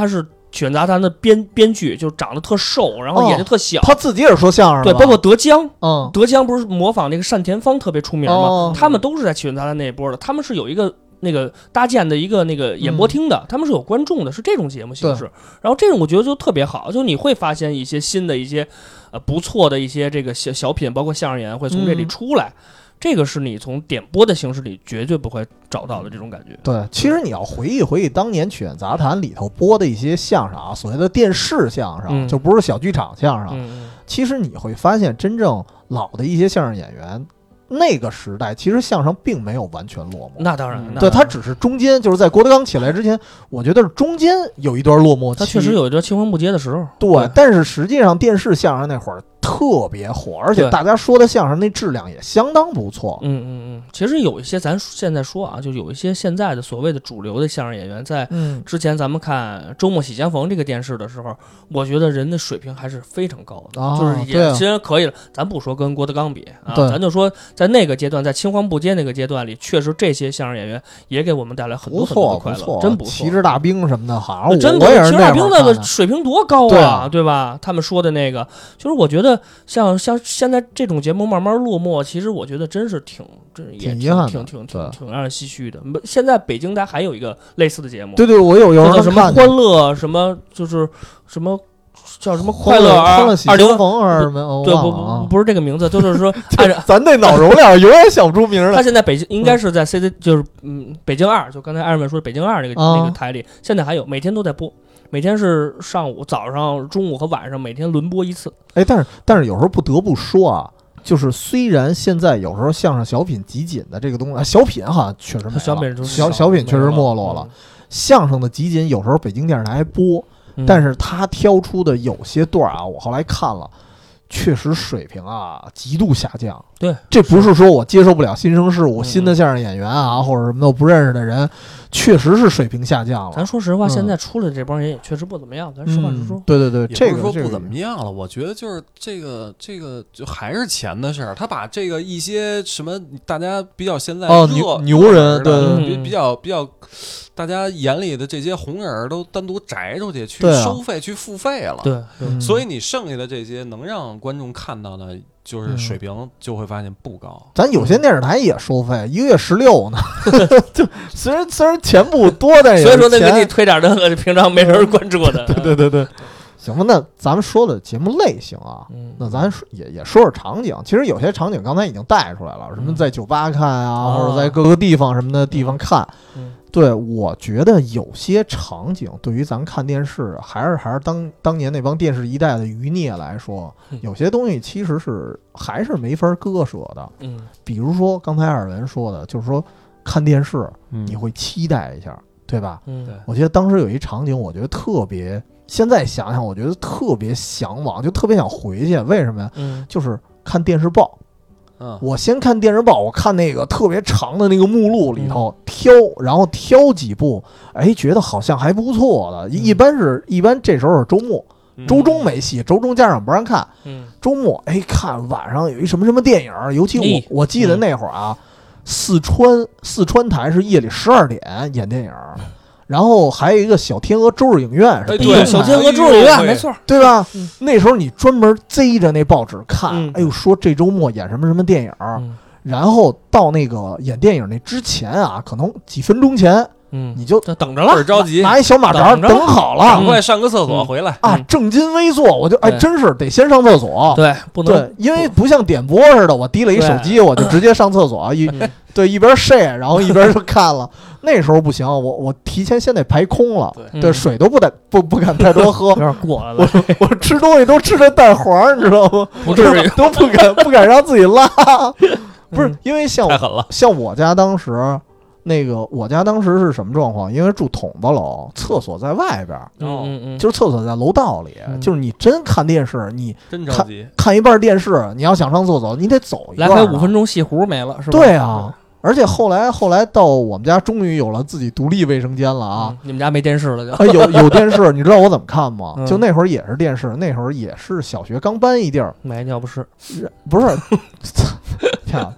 曲苑杂谈的编剧就长得特瘦，然后眼睛特小， 他自己也是说相声的， 对，包括德江，德江不是模仿那个单田芳特别出名吗？他们都是在曲苑杂谈那一波的，他们是有一个那个搭建的一个那个演播厅的，他们是有观众的，是这种节目形式。然后这种我觉得就特别好，就你会发现一些新的一些不错的一些这个小品，包括相声演员会从这里出来。这个是你从点播的形式里绝对不会找到的这种感觉。 对，其实你要回忆当年曲苑杂谈里头播的一些相声啊，所谓的电视相声，就不是小剧场相声。其实你会发现，真正老的一些相声演员，那个时代其实相声并没有完全落寞。 那当然， 对，他只是中间就是在郭德纲起来之前，我觉得是中间有一段落寞期， 他确实有一段青黄不接的时候。 对，但是实际上电视相声那会儿特别火，而且大家说的相声那质量也相当不错。 其实有一些咱现在说啊，就有一些现在的所谓的主流的相声演员，在之前咱们看《周末喜相逢》这个电视的时候，我觉得人的水平还是非常高的，就是也其实可以了。咱不说跟郭德纲比啊，咱就说在那个阶段，在青黄不接那个阶段里，确实这些相声演员也给我们带来很多很多的快乐，真不错。 旗帜大兵什么的，好像真我也是旗帜大兵那个水平多高啊，对吧？他们说的那个，就是我觉得像现在这种节目慢慢落寞，其实我觉得真是挺遗憾的， 挺让人唏嘘的。现在北京台还有一一个类似的节目。 对对，我有叫什么欢乐什么，就是什么叫什么快乐 204还是什么？ 对，不是这个名字，就是说咱那脑容量永远想不出名来。 他现在北京应该是在 CD， 就是北京2，就刚才艾瑞曼说北京2那个台里，现在还有，每天都在播。每天是上午、早上、中午和晚上，每天轮播一次。 哎，但是有时候不得不说啊，就是虽然现在有时候相声小品集锦的这个东西，小品好像确实没了，小品确实没落了。相声的集锦有时候北京电视台还播，但是他挑出的有些段啊，我后来看了，确实水平啊极度下降。 对， 这不是说我接受不了新生事物、新的相声演员啊，或者什么都不认识的人。确实是水平下降了。 咱说实话，现在出来的这帮人也确实不怎么样。咱实话实说。 对对对， 这个说不怎么样了。我觉得就是这个就还是钱的事儿。他把这个一些什么大家比较现在牛人，对比较大家眼里的这些红人都单独摘出去收费去付费了。 对， 所以你剩下的这些能让观众看到的。就是水平就会发现不高。 咱有线电视台也收费，1个月16呢。就虽然钱不多，但是所以说得给你推点那个平常没人关注的。 对，行吧，那咱们说的节目类型啊，那咱也说说场景。其实有些场景刚才已经带出来了，什么在酒吧看啊，或者在各个地方什么的地方看。对，我觉得有些场景对于咱看电视，还是当年那帮电视一代的余孽来说，有些东西其实还是没法割舍的。比如说刚才尔文说的，就是说看电视你会期待一下，对吧？我觉得当时有一场景，我觉得特别，现在想想我觉得特别向往，就特别想回去。为什么呀？就是看电视报。我先看电视报，我看那个特别长的那个目录里头然后挑几部，哎，觉得好像还不错的。一般这时候是周末，周中没戏，周中家长不让看。周末哎，看晚上有一什么什么电影，尤其我记得那会儿啊，四川台是夜里12点演电影。然后还有一个小天鹅周日影院， 对，小天鹅周日影院没错， 对吧？那时候你专门贼着那报纸看，哎呦，说这周末演什么什么电影，然后到那个演电影那之前啊，可能几分钟前，你就等着了， 倍着急， 拿一小马扎等好了， 赶快上个厕所回来啊！正襟危坐，我就真是得先上厕所， 对，不能对，因为不像点播似的，我提了一手机，我就直接上厕所，一边睡，然后一边就看了。那时候不行，我提前先得排空了，对，水都不敢太多喝，有点过了。 我吃东西都吃着蛋黄，你知道吗？ 不至于， 都不敢让自己拉。不是因为像我家当时是什么状况？因为住筒子楼，厕所在外边，就是厕所在楼道里，就是你真看电视，你真着急看一半电视，你要想上厕所，你得走一段， 来回5分钟戏弧没了，是吧？ 对啊。而且后来到我们家终于有了自己独立卫生间了啊！ 你们家没电视了就？ 有电视，你知道我怎么看吗？就那会儿也是电视，那会儿也是小学刚搬一地儿， 买尿不湿， 不是，天啊！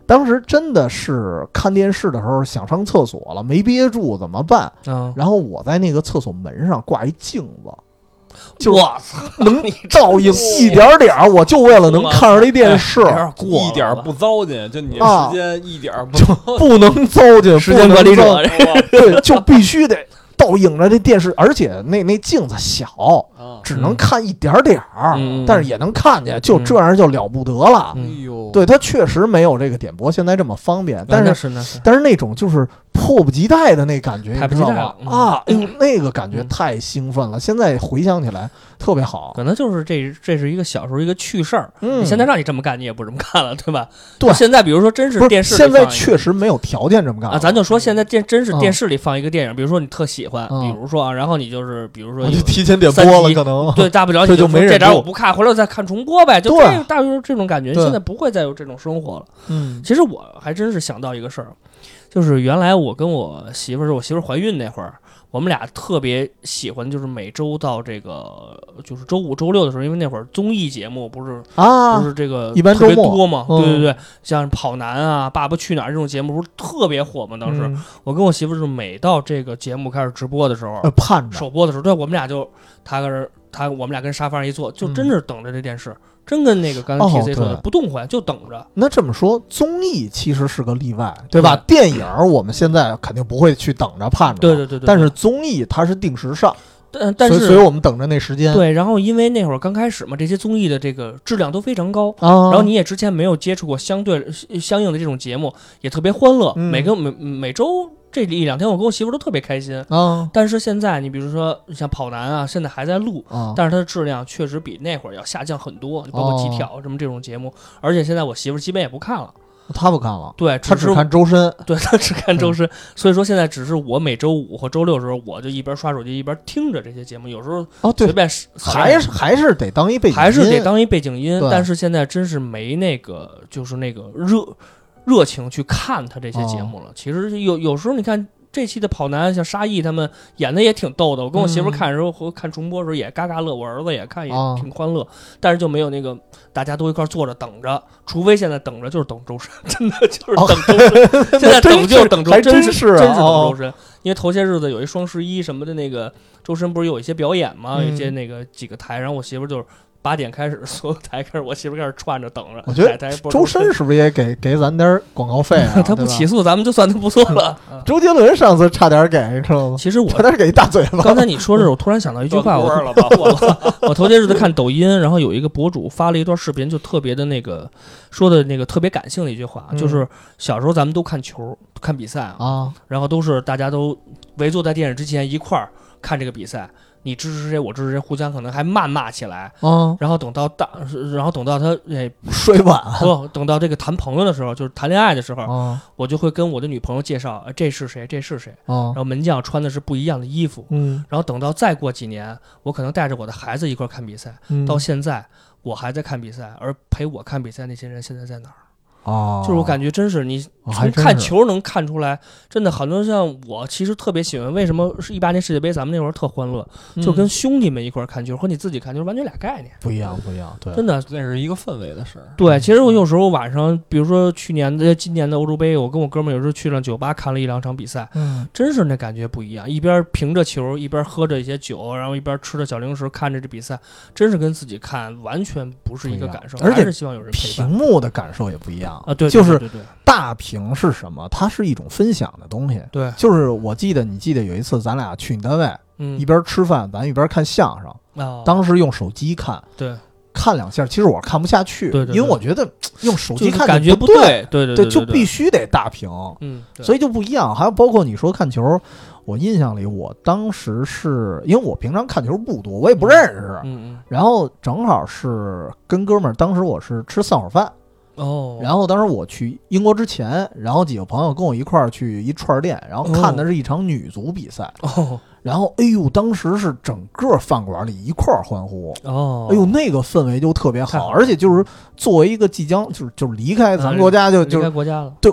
当时真的是看电视的时候想上厕所了，没憋住怎么办？然后我在那个厕所门上挂一镜子。就能照应一点点，我就为了能看着这电视， 一点不糟践，就你时间一点不能糟践， 时间管理者， 对，就必须得倒映着这电视，而且那镜子小，只能看一点点儿，但是也能看见，就这样就了不得了。对，它确实没有这个点播现在这么方便，但是那种就是迫不及待的那感觉， 太不及待了啊！哎呦，那个感觉太兴奋了，现在回想起来特别好。 可能就是这是一个小时候一个趣事儿，你现在让你这么干，你也不这么干了，对吧？ 对， 现在比如说真是电视里现在确实没有条件这么干啊。咱就说现在真是电视里放一个电影，比如说你特喜欢，比如说啊，然后你就是比如说就提前点播了，可能对，大不了你就没这点我不看，回来我再看重播呗，就对， 大约这种感觉。现在不会再有这种生活了。其实我还真是想到一个事儿。就是原来我跟我媳妇儿怀孕那会儿，我们俩特别喜欢，就是每周到这个就是周五、周六的时候，因为那会儿综艺节目不是这个一般特别多嘛，对，像跑男啊、爸爸去哪儿这种节目不是特别火吗？当时我跟我媳妇儿是每到这个节目开始直播的时候， 盼着首播的时候，对，我们俩就我们俩跟沙发上一坐，就真是等着这电视。真跟那个刚才 TC 说的不动换，就等着。 那这么说，综艺其实是个例外，对吧？电影我们现在肯定不会去等着盼着， 对。 但是综艺它是定时上， 但是所以我们等着那时间。 对，然后因为那会儿刚开始嘛，这些综艺的这个质量都非常高，然后你也之前没有接触过相应的这种节目，也特别欢乐。每周这一两天，我跟我媳妇都特别开心。但是现在你比如说像跑男啊，现在还在录，但是它的质量确实比那会儿要下降很多，包括极挑什么这种节目。而且现在我媳妇基本也不看了。 他不看了， 对， 他只看周深， 对，他只看周深，所以说现在只是我每周五和周六的时候，我就一边刷手机一边听着这些节目，有时候随便还是得当一背景音， 还是得当一背景音，但是现在真是没那个就是那个热情去看他这些节目了。其实有时候你看这期的跑男，像沙溢他们演的也挺逗的。我跟我媳妇看的时候和看重播的时候也嘎嘎乐，我儿子也看也挺欢乐，但是就没有那个大家都一块坐着等着。除非现在等着就是等周深，真的就是等周深。现在等就是等周深，真是等周深。因为头些日子有一双11什么的，那个周深不是有一些表演吗？有些那个几个台，然后我媳妇就是8点开始，所有台开始，我媳妇开始串着等着。 我觉得周深是不是也给咱点广告费啊？ 他不起诉咱们就算他不错了。 周杰伦上次差点给，知道吗？ 其实我差点给一大嘴巴。 刚才你说这，我突然想到一句话，我头些日子看抖音，然后有一个博主发了一段视频，就特别的那个说的那个特别感性的一句话，就是小时候咱们都看球看比赛啊，然后都是大家都围坐在电视之前一块儿看这个比赛。你支持谁，我支持谁，互相可能还谩骂起来，然后等到他睡晚， 不等到这个谈朋友的时候，就是谈恋爱的时候，我就会跟我的女朋友介绍，这是谁，这是谁，然后门将穿的是不一样的衣服，然后等到再过几年，我可能带着我的孩子一块看比赛，到现在我还在看比赛，而陪我看比赛那些人现在在哪儿？就是我感觉真是你从看球能看出来，真的很多像我其实特别喜欢，为什么是18年世界杯咱们那会儿特欢乐，就跟兄弟们一块看球和你自己看球完全俩概念， 不一样，对， 真的那是一个氛围的事儿。 对，其实我有时候晚上，比如说今年的欧洲杯，我跟我哥们有时候去上酒吧看了1-2场比赛，真是那感觉不一样，一边凭着球，一边喝着一些酒，然后一边吃着小零食，看着这比赛，真是跟自己看完全不是一个感受， 而且还是希望有人陪伴。 屏幕的感受也不一样。 对， 就是大屏是什么？它是一种分享的东西。 对， 就是你记得有一次咱俩去你单位，一边吃饭咱一边看相声，当时用手机看， 对， 看2下，其实我看不下去， 对， 因为我觉得用手机看感觉不对，对， 就必须得大屏，所以就不一样。还有包括你说看球，我印象里，我当时是因为我平常看球不多，我也不认识，然后正好是跟哥们儿，当时我是吃散伙饭。然后当时我去英国之前，然后几个朋友跟我一块儿去一串店，然后看的是一场女足比赛。然后哎呦，当时是整个饭馆里一块儿欢呼。哎呦，那个氛围就特别好，而且就是作为一个即将就是离开咱国家，就离开国家了， 对，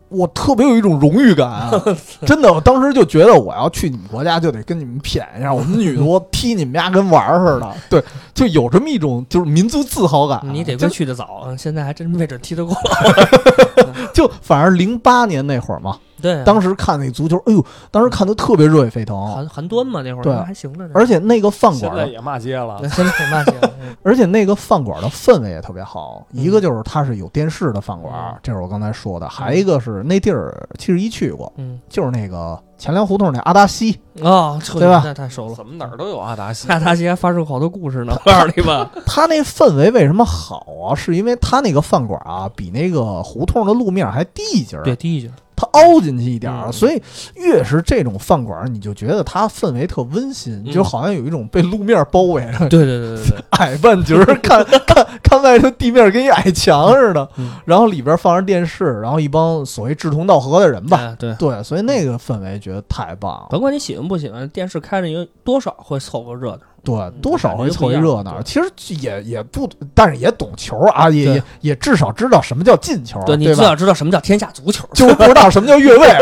我特别有一种荣誉感啊！真的，我当时就觉得我要去你们国家就得跟你们谝一下，我们女足踢你们家跟玩似的，对，就有这么一种就是民族自豪感。 你得亏去的早，现在还真没准踢得过。 就反正08年那会儿嘛。 对， 当时看那足球，哎呦，当时看的特别热血沸腾。 韩端嘛，那会儿对还行的。 而且那个饭馆现在也骂街了， 现在也骂街了。 而且那个饭馆的氛围也特别好，一个就是它是有电视的饭馆，这是我刚才说的，还一个是那地儿71去过，就是那个钱粮胡同那阿达西对吧？ 那太熟了， 怎么哪儿都有阿达西？ 阿达西还发生好多故事呢，我告诉你吧。 他那氛围为什么好啊？是因为他那个饭馆啊，比那个胡同的路面还低一截， 对，低一截。 它凹进去一点所以越是这种饭馆，你就觉得它氛围特温馨，就好像有一种被路面包围着。 对， 矮半截看外头地面跟一矮墙似的，然后里边放着电视，然后一帮所谓志同道合的人吧。对，所以那个氛围觉得太棒了。 甭管你喜欢不喜欢，电视开着，因为多少会凑个热闹。 对，多少会凑一热闹。其实也不，但是也懂球啊，也至少知道什么叫进球。 对，你至少知道什么叫天下足球， 就不知道什么叫越位，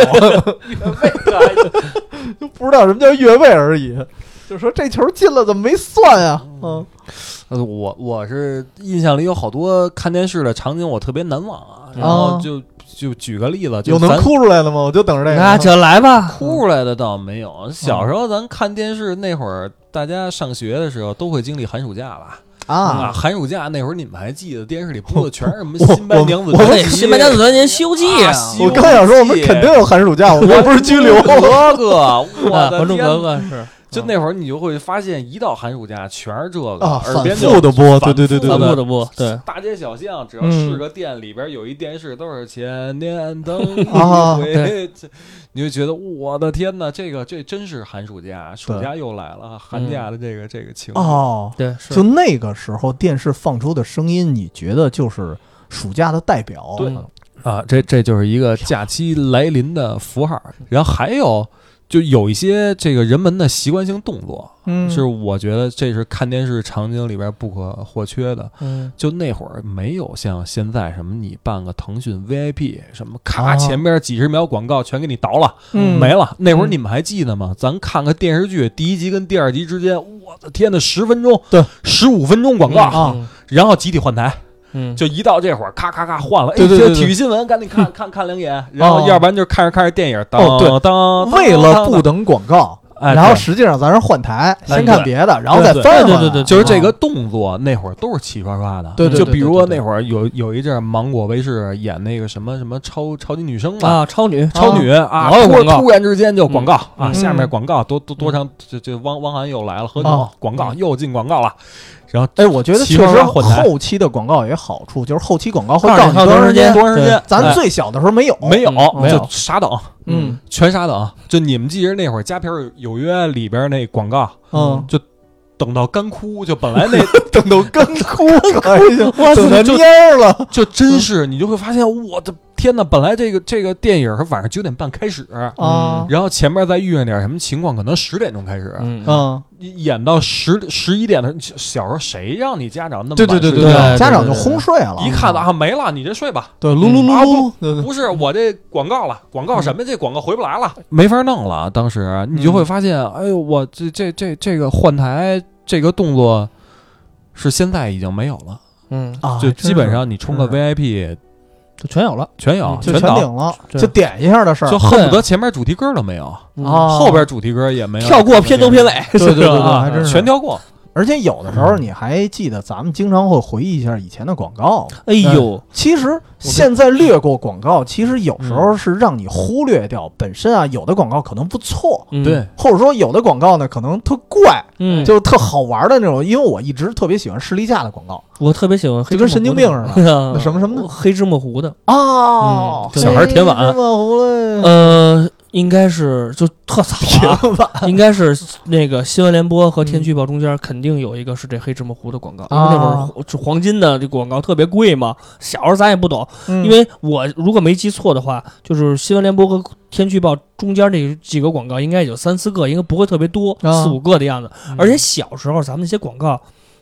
就不知道什么叫越位而已。就说这球进了怎么没算呀？ 我是印象里有好多看电视的场景我特别难忘啊，然后就举个例子， 有能哭出来的吗？我就等着这个。 那就来吧， 哭出来的倒没有。小时候咱看电视那会儿，大家上学的时候都会经历寒暑假吧？寒暑假那会儿你们还记得电视里播的全是什么新白娘子传奇、 新白娘子传奇、西游记啊？ 我刚想说我们肯定有寒暑假，我们不是拘留格格，我的天，格格是。 就那会儿，你就会发现，一到寒暑假，全是这个耳边反复的播，对， 反复的播，对， 大街小巷，只要是个店里边有一电视，都是千年等一回，你就觉得我的天哪，这真是寒暑假，暑假又来了，寒假的这个情况对， 就那个时候电视放出的声音，你觉得就是暑假的代表， 对这就是一个假期来临的符号，然后还有。就有一些这个人们的习惯性动作，是我觉得这是看电视场景里边不可或缺的。就那会儿没有像现在什么你办个腾讯 VIP 什么咔前边几十秒广告全给你倒了，没了。那会儿你们还记得吗？咱看个电视剧，第一集跟第二集之间，我的天呐，10分钟，对，15分钟广告，然后集体换台。就一到这会儿，咔咔咔换了。 对， 体育新闻赶紧看两眼，然后要不然就看着电影。当为了不等广告，然后实际上咱是换台，先看别的，然后再翻。 对， 就是这个动作，那会儿都是齐刷刷的。 对， 就比如说那会儿有一阵芒果卫视演那个什么超级女声嘛， 超女啊，突然之间就广告啊，下面广告多长，这汪涵又来了，喝酒广告又进广告了。然后， 我觉得确实后期的广告有好处，就是后期广告会告诉你多长时间。咱最小的时候没有， 就傻等，全傻等。就你们记着那会儿《佳片有约》里边那广告，就等到干枯，就本来那等到干枯，等到蔫了， 就真是你就会发现，我的天哪！本来这个电影晚上9点半开始然后前面再遇上点什么情况，可能10点钟开始，演到11点的。小时候谁让你家长那么晚睡？ 对，家长就轰睡了。 一看没了，你这睡吧。 对，噜噜噜噜，不是我这广告了，广告什么？这广告回不来了，没法弄了。当时你就会发现，哎呦，我这个换台这个动作是现在已经没有了。就基本上你充个 VIP。 就全有了， 就全顶了，就点一下的事儿， 就恨不得前面主题歌都没有，后边主题歌也没有， 跳过片头片尾， 对，还真是全跳过。 而且有的时候你还记得，咱们经常会回忆一下以前的广告。 哎呦， 其实现在略过广告，其实有时候是让你忽略掉本身啊，有的广告可能不错， 对， 或者说有的广告呢可能特怪，就特好玩的那种。因为我一直特别喜欢士力架的广告， 我特别喜欢， 就跟神经病似的。什么黑芝麻糊的小孩舔碗， 黑芝麻糊的， 应该是就特早应该是那个新闻联播和天气预报中间肯定有一个是这黑芝麻糊的广告，因为那会儿黄金的这广告特别贵嘛，小时候咱也不懂，因为我如果没记错的话，就是新闻联播和天气预报中间这几个广告应该有3-4个，应该不会特别多，4-5个的样子。而且小时候咱们那些广告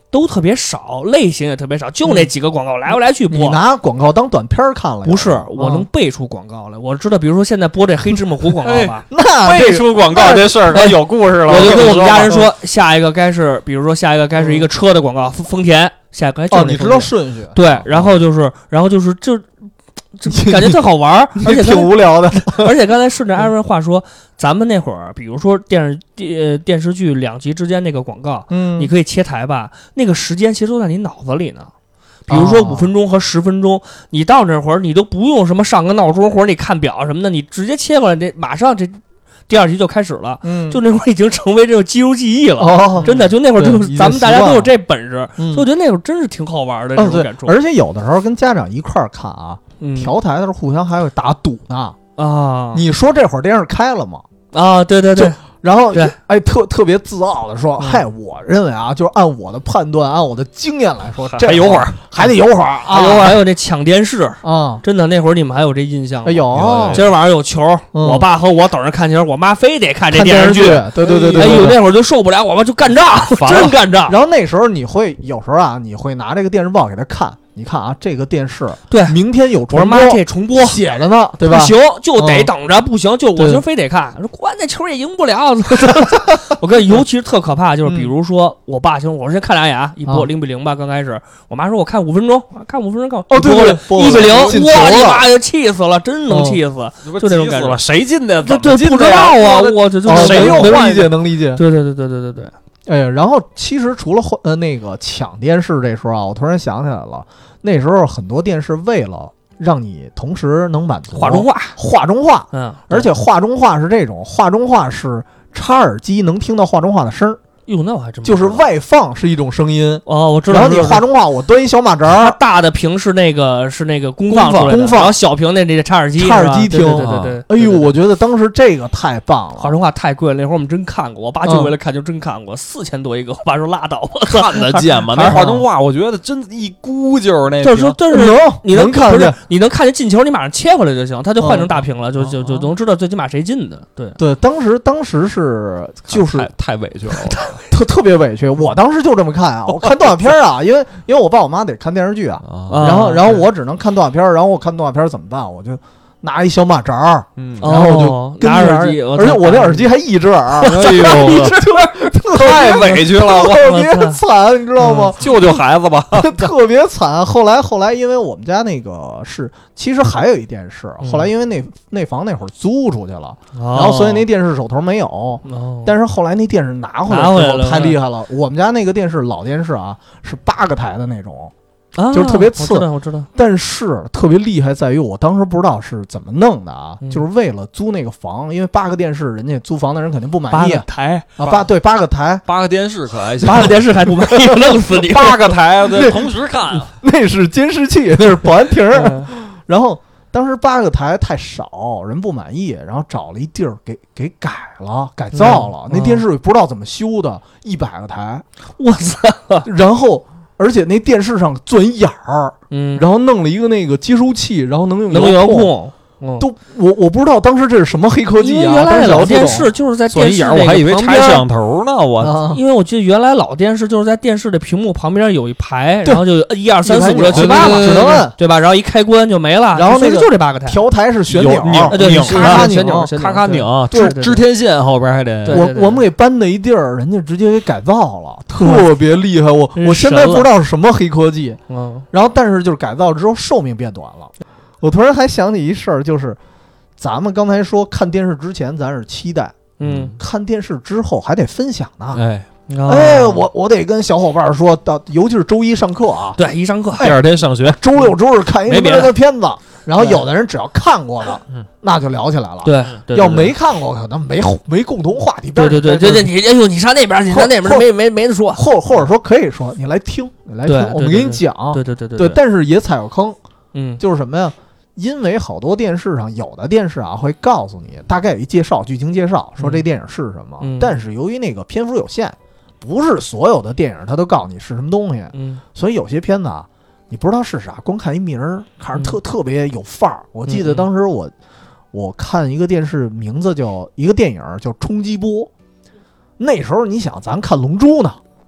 都特别少，类型也特别少，就那几个广告来回来去播。 你拿广告当短片看了？ 不是，我能背出广告来。我知道，比如说现在播这黑芝麻糊广告吧， 那背出广告这事儿可有故事了。 我就跟我们家人说，下一个该是，比如说下一个该是一个车的广告，丰田。下一个就是你知道顺序？ 对，然后就是就感觉特好玩，而且挺无聊的。 而且刚才顺着艾瑞话说，咱们那会儿，比如说电视剧2集之间那个广告，你可以切台吧，那个时间其实都在你脑子里呢。比如说5分钟和10分钟，你到那会儿你都不用什么上个闹钟或者你看表什么的，你直接切过来，马上这第2集就开始了。就那会儿已经成为这种肌肉记忆了。真的，就那会儿就咱们大家都有这本事，所以我觉得那会儿真是挺好玩的这种感受。 而且有的时候跟家长一块儿看啊。调台的时候互相还会打赌呢啊！ 你说这会儿电视开了吗？ 啊，对对对， 然后哎，特别自傲的说，嗨，我认为啊，就是按我的判断，按我的经验来说，这还有会儿， 还得有会儿啊， 还有那抢电视啊， 真的那会儿你们还有这印象吗？ 有， 今儿晚上有球，我爸和我等着看球，我妈非得看这电视剧， 对对对对， 哎呦，那会儿就受不了，我妈就干仗，真干仗。 然后那时候有时候啊，你会拿这个电视报给他看。你看啊，这个电视对， 明天有重播， 我说妈这重播写着呢，对吧？ 不行就得等着，不行就我就非得看。说关那球也赢不了。我跟尤其是特可怕，就是比如说我爸行，我先看2眼，一播0-0吧，刚开始，我妈说我看5分钟，看5分钟看。 哦，对对 ，1-0，哇，你妈就气死了，真能气死，就那种感觉。 谁进的？ 对，不知道啊，我这谁能理解？ 对对对对对对对。 哎呀，然后其实除了那个抢电视这时候啊，我突然想起来了，那时候很多电视为了让你同时能满足画中画， 而且画中画是这种，画中画是插耳机能听到画中画的声儿。 哟，那我还真就是外放是一种声音哦，我知道。 然后你画中画，我端一小马扎， 大的屏是那个公放，然后小屏那插耳机听。 对。 哎呦，我觉得当时这个太棒了。 画中画太贵了，那会儿我们真看过，我爸就为了看就真看过，4000多一个。我爸说拉倒， 看得见吗？那画中画，我觉得真一估就是那。 就是说，你能看见， 你能看见进球，你马上切回来就行，他就换成大屏了，就能知道最起码谁进的。 对，当时是就是太委屈了， 特别委屈。我当时就这么看啊，我看动画片啊，因为我爸我妈得看电视剧啊，然后我只能看动画片，然后我看动画片怎么办？我就拿一小马扎，然后就跟拿耳机， 而且我那耳机还一只耳， 哎呦，太委屈了， 特别惨，你知道吗？ 救孩子吧， 特别惨。后来因为我们家那个其实还有一电视，后来因为那房那会儿租出去了，然后所以那电视手头没有，但是后来那电视拿回来之后太厉害了。我们家那个电视老电视啊，是8个台的那种。就是特别次， 我知道， 但是特别厉害在于我当时不知道是怎么弄的啊，就是为了租那个房，因为8个电视，人家租房的人肯定不满意。 8个台啊，8个台 ，8个电视可还行 ，8个电视还不满意，弄死你 ！8个台同时看， 那是监视器，那是保安亭。然后当时8个台太少，人不满意，然后找了一地儿给改造了。那电视不知道怎么修的，100个台， 我操！ 然后。而且那电视上钻一眼儿，然后弄了一个那个接收器，然后能遥控，都我不知道当时这是什么黑科技啊！ 原来老电视就是在电视我还以为插摄像头呢， 因为我记得原来老电视就是在电视的屏幕旁边有一排，然后就1、2、3、4、5、6、7、8嘛， 只能摁， 对吧？然后一开关就没了， 然后那个就这8个台， 调台是旋钮， 对， 咔拧，织天线后边还得。 我们给搬的一地儿，人家直接给改造了，特别厉害。我现在不知道是什么黑科技，然后但是就是改造之后寿命变短了。我突然还想起一事儿，就是咱们刚才说看电视之前咱是期待，看电视之后还得分享呢。我得跟小伙伴说，尤其是周一上课啊， 对，一上课， 第2天上学， 周6、周日看一个这个片子，然后有的人只要看过的，那就聊起来了。 对， 要没看过，可能没共同话题。 对，你哎呦，你上那边，你上那边没得说， 或者说可以说你来听，我们给你讲。 对， 但是也踩过坑，就是什么呀？因为好多电视上有的电视啊会告诉你大概有一介绍，剧情介绍，说这电影是什么，但是由于那个篇幅有限，不是所有的电影它都告诉你是什么东西，所以有些片子啊你不知道是啥，光看一名儿，看着特别有范儿。我记得当时我看一个电视，名字叫一个电影叫《冲击波》，那时候你想咱看《龙珠》呢，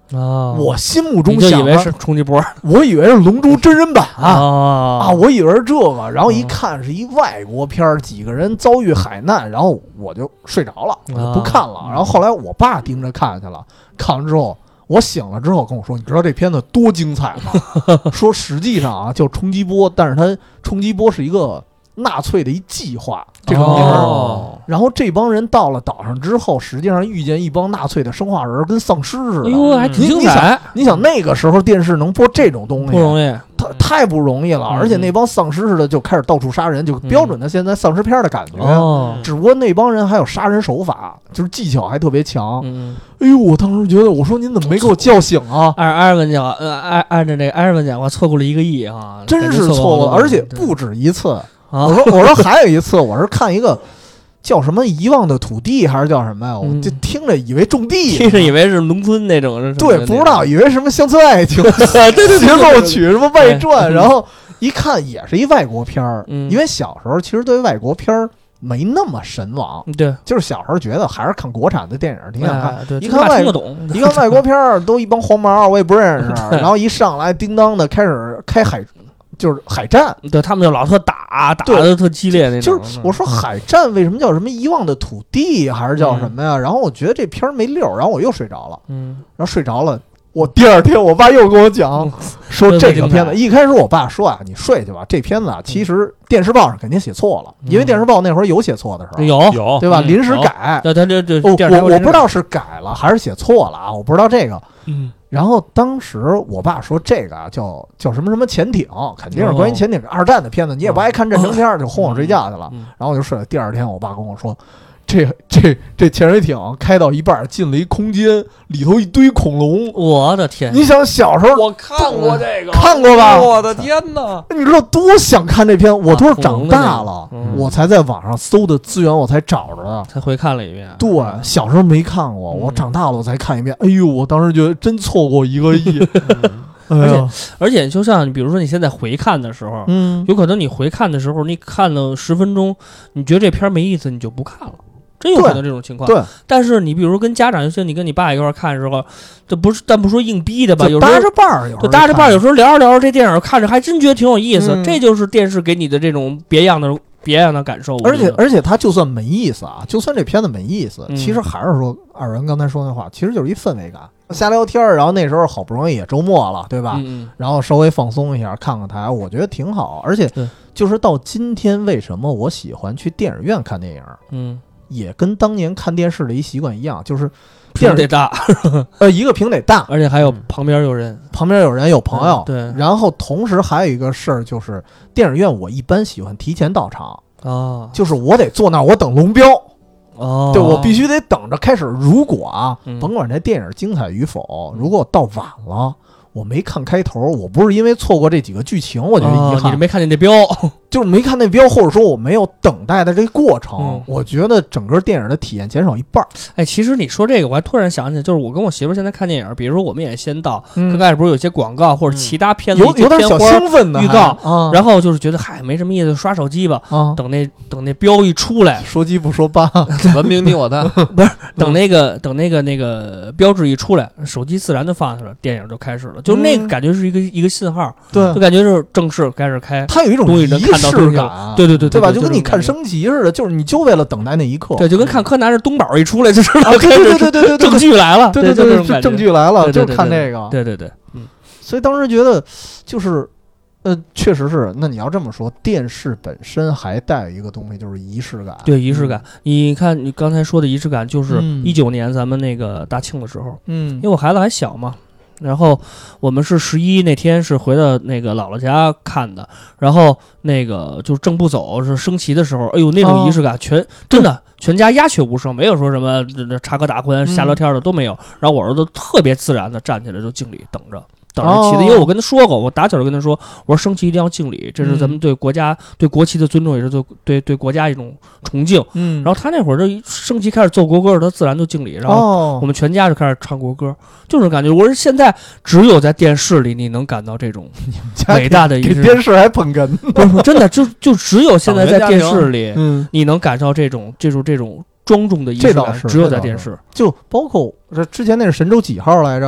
我心目中想以为是冲击波， 我以为是龙珠真人版我以为是这个，然后一看是一外国片，几个人遭遇海难，然后我就睡着了，我就不看了。然后后来我爸盯着看去了，看完之后我醒了之后跟我说，你知道这片子多精彩吗？说实际上叫冲击波，但是它冲击波是一个纳粹的一计划，这个名然后这帮人到了岛上之后，实际上遇见一帮纳粹的生化人，跟丧尸似的。 哎呦，还挺精彩！ 你想那个时候电视能播这种东西， 不容易， 太不容易了。而且那帮丧尸似的就开始到处杀人，就标准的现在丧尸片的感觉。只不过那帮人还有杀人手法，就是技巧还特别强。哎呦，我当时觉得，我说您怎么没给我叫醒啊？ 艾尔文讲话，按照这个艾尔文讲话，错过了1个亿啊， 真是错过了，而且不止一次。我说还有一次，我是看一个叫什么遗忘的土地还是叫什么呀？我就听着以为种地， 听着以为是农村那种， 对，不知道以为什么乡村爱情对协奏曲什么外传，然后一看也是一外国片儿。因为小时候其实对外国片儿没那么神往， 对， 就是小时候觉得还是看国产的电影挺想看。 一看外国片儿都一帮黄毛，我也不认识。然后一上来叮当的开始开就是海战， 对，他们就老特打的特激烈那种。就是我说海战为什么叫什么遗忘的土地，还是叫什么呀？然后我觉得这片儿没溜，然后我又睡着了。然后睡着了，我第二天我爸又跟我讲说这个片子。一开始我爸说你睡去吧，这片子其实电视报上肯定写错了，因为电视报那会儿有写错的时候， 有对吧？临时改，我不知道是改了还是写错了我不知道这个。然后当时我爸说这个叫什么什么潜艇，肯定是关于潜艇二战的片子，你也不爱看战争片，就哄我睡觉去了。然后我就睡了。第二天我爸跟我说，这潜水艇开到一半进了一空间，里头一堆恐龙。 我的天！ 你想小时候我看过这个， 看过吧？ 我的天哪！ 你知道多想看这片，我都是长大了，我才在网上搜的资源，我才找着的， 才回看了一遍。 对，小时候没看过，我长大了我才看一遍。哎呦，我当时觉得真错过1个亿。 而且就像比如说你现在回看的时候，有可能你回看的时候，你看了10分钟，你觉得这片没意思，你就不看了。真有可能这种情况。 对， 但是你比如说跟家长，尤其你跟你爸一块儿看的时候，这不是，但不说硬逼的吧，有时候搭着伴儿， 有时候聊着聊着这电影看着还真觉得挺有意思。这就是电视给你的这种别样的感受。 而且他就算没意思就算这片子没意思，其实还是说二人刚才说那话，其实就是一氛围感，瞎聊天。然后那时候好不容易也周末了，对吧？然后稍微放松一下，看看台，我觉得挺好。而且就是到今天，为什么我喜欢去电影院看电影？也跟当年看电视的一习惯一样，就是屏得大， 一个屏得大， 而且还有旁边有人， 有朋友。 对， 然后同时还有一个事儿，就是电影院我一般喜欢提前到场就是我得坐那儿，我等龙标对，我必须得等着开始。如果甭管这电影精彩与否，如果我到晚了，我没看开头，我不是因为错过这几个剧情，我觉得遗憾， 你是没看见那标， 就是没看那标，或者说我没有等待的这个过程，我觉得整个电影的体验减少一半。 哎，其实你说这个，我还突然想起来，就是我跟我媳妇现在看电影，比如说我们也先到，刚开始不是有些广告或者其他片子有点小兴奋的预告，然后就是觉得没什么意思，刷手机吧。等那标一出来， 说鸡不说八， 文明你我他， 不是等那个标志一出来，手机自然就放下了，电影就开始了。就那个感觉是一个信号， 对， 就感觉是正式开始开， 它有一种仪式感， 对吧？就跟你看升旗似的，就是你就为了等待那一刻， 对，就跟看柯南是东宝一出来就知道， 对， 证据来了， 对，证据来了，就看这个， 对， 所以当时觉得就是，确实是。那你要这么说，电视本身还带有一个东西，就是仪式感。 对，仪式感。你看你刚才说的仪式感，就是19年咱们那个大庆的时候，因为我孩子还小嘛。然后我们是11那天是回到那个姥姥家看的，然后那个就是正步走是升旗的时候，哎呦那种仪式感，真的全家鸦雀无声，没有说什么插科打诨瞎聊天的都没有。然后我儿子特别自然的站起来就敬礼，等着旗子，因为我跟他说过，我打小就跟他说，我说升旗一定要敬礼，这是咱们对国家对国旗的尊重，也是对国家一种崇敬。然后他那会儿就升旗开始奏国歌，他自然就敬礼，然后我们全家就开始唱国歌，就是感觉我说现在只有在电视里你能感到这种伟大的仪式， 给电视还捧哏， 不是真的，就只有现在在电视里，你能感受这种庄重的仪式感，只有在电视。 就包括这之前那是神舟几号来着？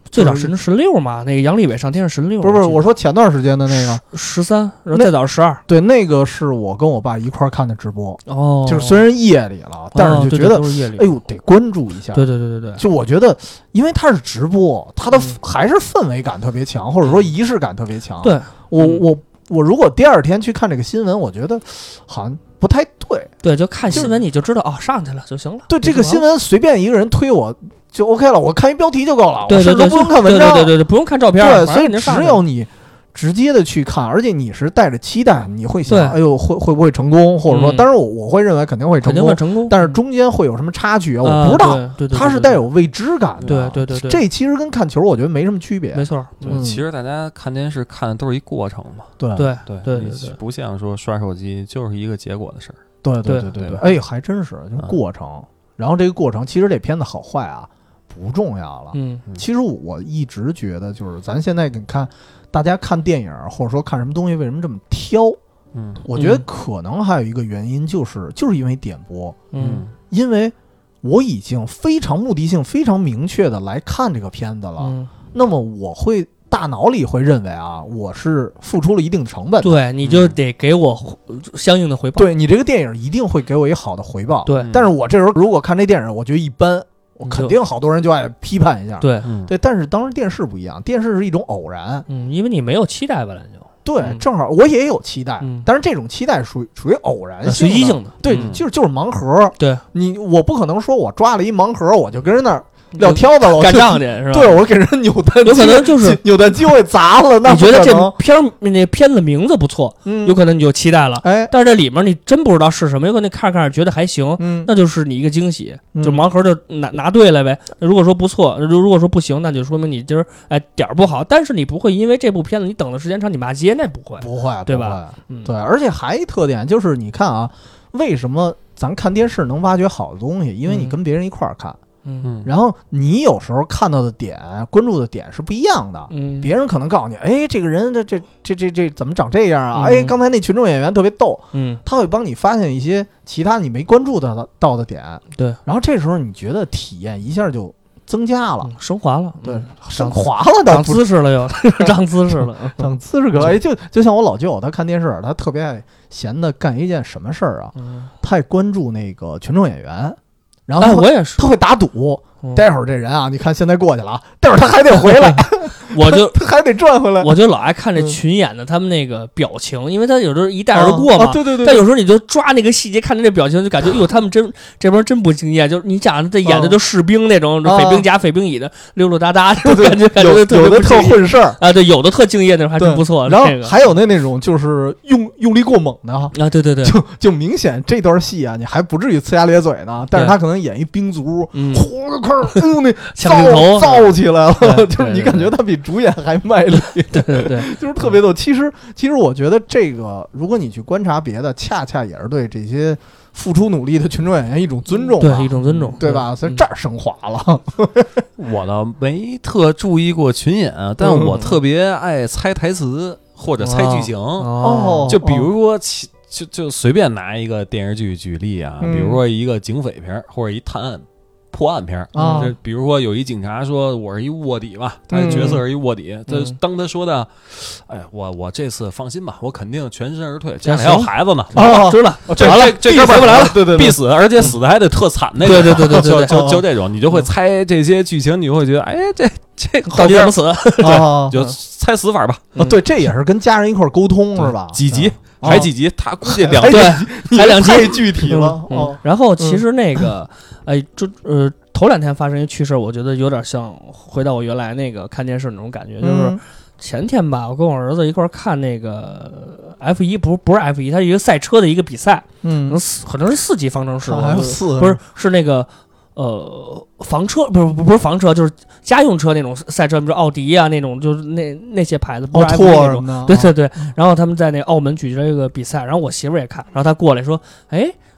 最早16嘛，那个杨利伟上天是16， 不是我说前段时间的那个 13，然后再早12， 对，那个是我跟我爸一块看的直播， 就是虽然夜里了，但是就觉得哎呦得关注一下， 对， 就我觉得因为它是直播，它的还是氛围感特别强，或者说仪式感特别强， 对我如果第二天去看这个新闻，我觉得好像不太对， 就看新闻你就知道上去了就行了， 对，这个新闻随便一个人推我就 OK 了，我看一标题就够了， 对， 我甚至不用看文章， 对，不用看照片， 对，所以只有你直接的去看，而且你是带着期待，你会想，哎呦，会不会成功？或者说，当然我会认为肯定会成功，但是中间会有什么插曲啊？我不知道，它是带有未知感的。 对， 这其实跟看球我觉得没什么区别。 没错， 其实大家看电视看的都是一过程嘛。 对， 不像说刷手机就是一个结果的事儿。 对，哎，还真是就过程。然后这个过程，其实这片子好坏啊不重要了。其实我一直觉得，就是咱现在你看。大家看电影或者说看什么东西为什么这么挑？我觉得可能还有一个原因就是因为点播，因为我已经非常目的性非常明确的来看这个片子了，那么我会大脑里会认为我是付出了一定的成本， 对，你就得给我相应的回报， 对你这个电影一定会给我一个好的回报， 对， 但是我这时候如果看这电影我觉得一般。我肯定好多人就爱批判一下， 对， 但是当时电视不一样，电视是一种偶然， 因为你没有期待本来就， 对，正好我也有期待，但是这种期待属于偶然性、 随机性的， 对，就是盲盒， 对我不可能说我抓了一盲盒，我就跟人那儿撂挑子了， 干仗去是吧？ 对，我给人扭蛋， 有可能就是扭蛋机会砸了。那你觉得这片子名字不错，有可能你就期待了，但是这里面你真不知道是什么，有可能看着觉得还行，那就是你一个惊喜，就盲盒就拿对了呗。如果说不错，如果说不行，那就说明你今儿点儿不好。但是你不会因为这部片子你等的时间长你骂街，那不会，对吧？ 对，而且还一特点就是你看为什么咱看电视能挖掘好的东西？因为你跟别人一块儿看。然后你有时候看到的点、关注的点是不一样的。别人可能告诉你，哎，这个人这怎么长这样啊？哎，刚才那群众演员特别逗。他会帮你发现一些其他你没关注到的点。 对， 然后这时候你觉得体验一下就增加了， 升华了。 对，升华了， 长姿势了又，长姿势了， 长姿势可以。就像我老舅，他看电视，他特别爱闲的干一件什么事儿啊？他爱关注那个群众演员。然后我也是， 他会打赌，待会儿这人你看现在过去了，待会儿他还得回来，他还得转回来。 我就老爱看这群演的他们那个表情，因为他有时候一带而过嘛， 对。 但有时候你就抓那个细节，看着这表情就感觉，哟，他们这帮真不敬业，就是你讲这演的就士兵那种，匪兵甲、匪兵乙的溜溜达达，感觉有的特混事儿对，有的特敬业那种还真不错。 然后还有那种就是用力过猛的对， 就明显这段戏你还不至于呲牙咧嘴呢，但是他可能演一兵族，嚯，那造起来了，就是你感觉他比主演还卖力， 对， 就是特别逗。其实我觉得这个，如果你去观察别的，恰恰也是对这些付出努力的群众演员一种尊重， 对，一种尊重， 对吧？所以这儿升华了。 我倒没特注意过群演，但我特别爱猜台词或者猜剧情。就比如说就随便拿一个电视剧举例比如说一个警匪片或者一探案破案片就比如说有一警察说我是一卧底吧，他的角色是一卧底，当他说的哎，我这次放心吧，我肯定全身而退，家里还有孩子呢， 知道这哥们来了，对， 必死，而且死的还得特惨那个，对， 就这种，你就会猜这些剧情，你会觉得哎，这个到底怎么死？ 对，就猜死法吧。 对，这也是跟家人一块沟通是吧？ 几集还几集，他估计还2集， 太具体了。 然后其实那个头2天发生一趣事，我觉得有点像回到我原来那个看电视那种感觉，就是前天吧，我跟我儿子一块看那个 F1，不是 F1，它是一个赛车的一个比赛，可能是4级方程式 ，F4 不是那个房车，不是房车，就是家用车那种赛车，比如奥迪啊那种，就是那些牌子，不是 F1 那种，对。然后他们在那澳门举行一个比赛，然后我媳妇儿也看，然后她过来说，哎。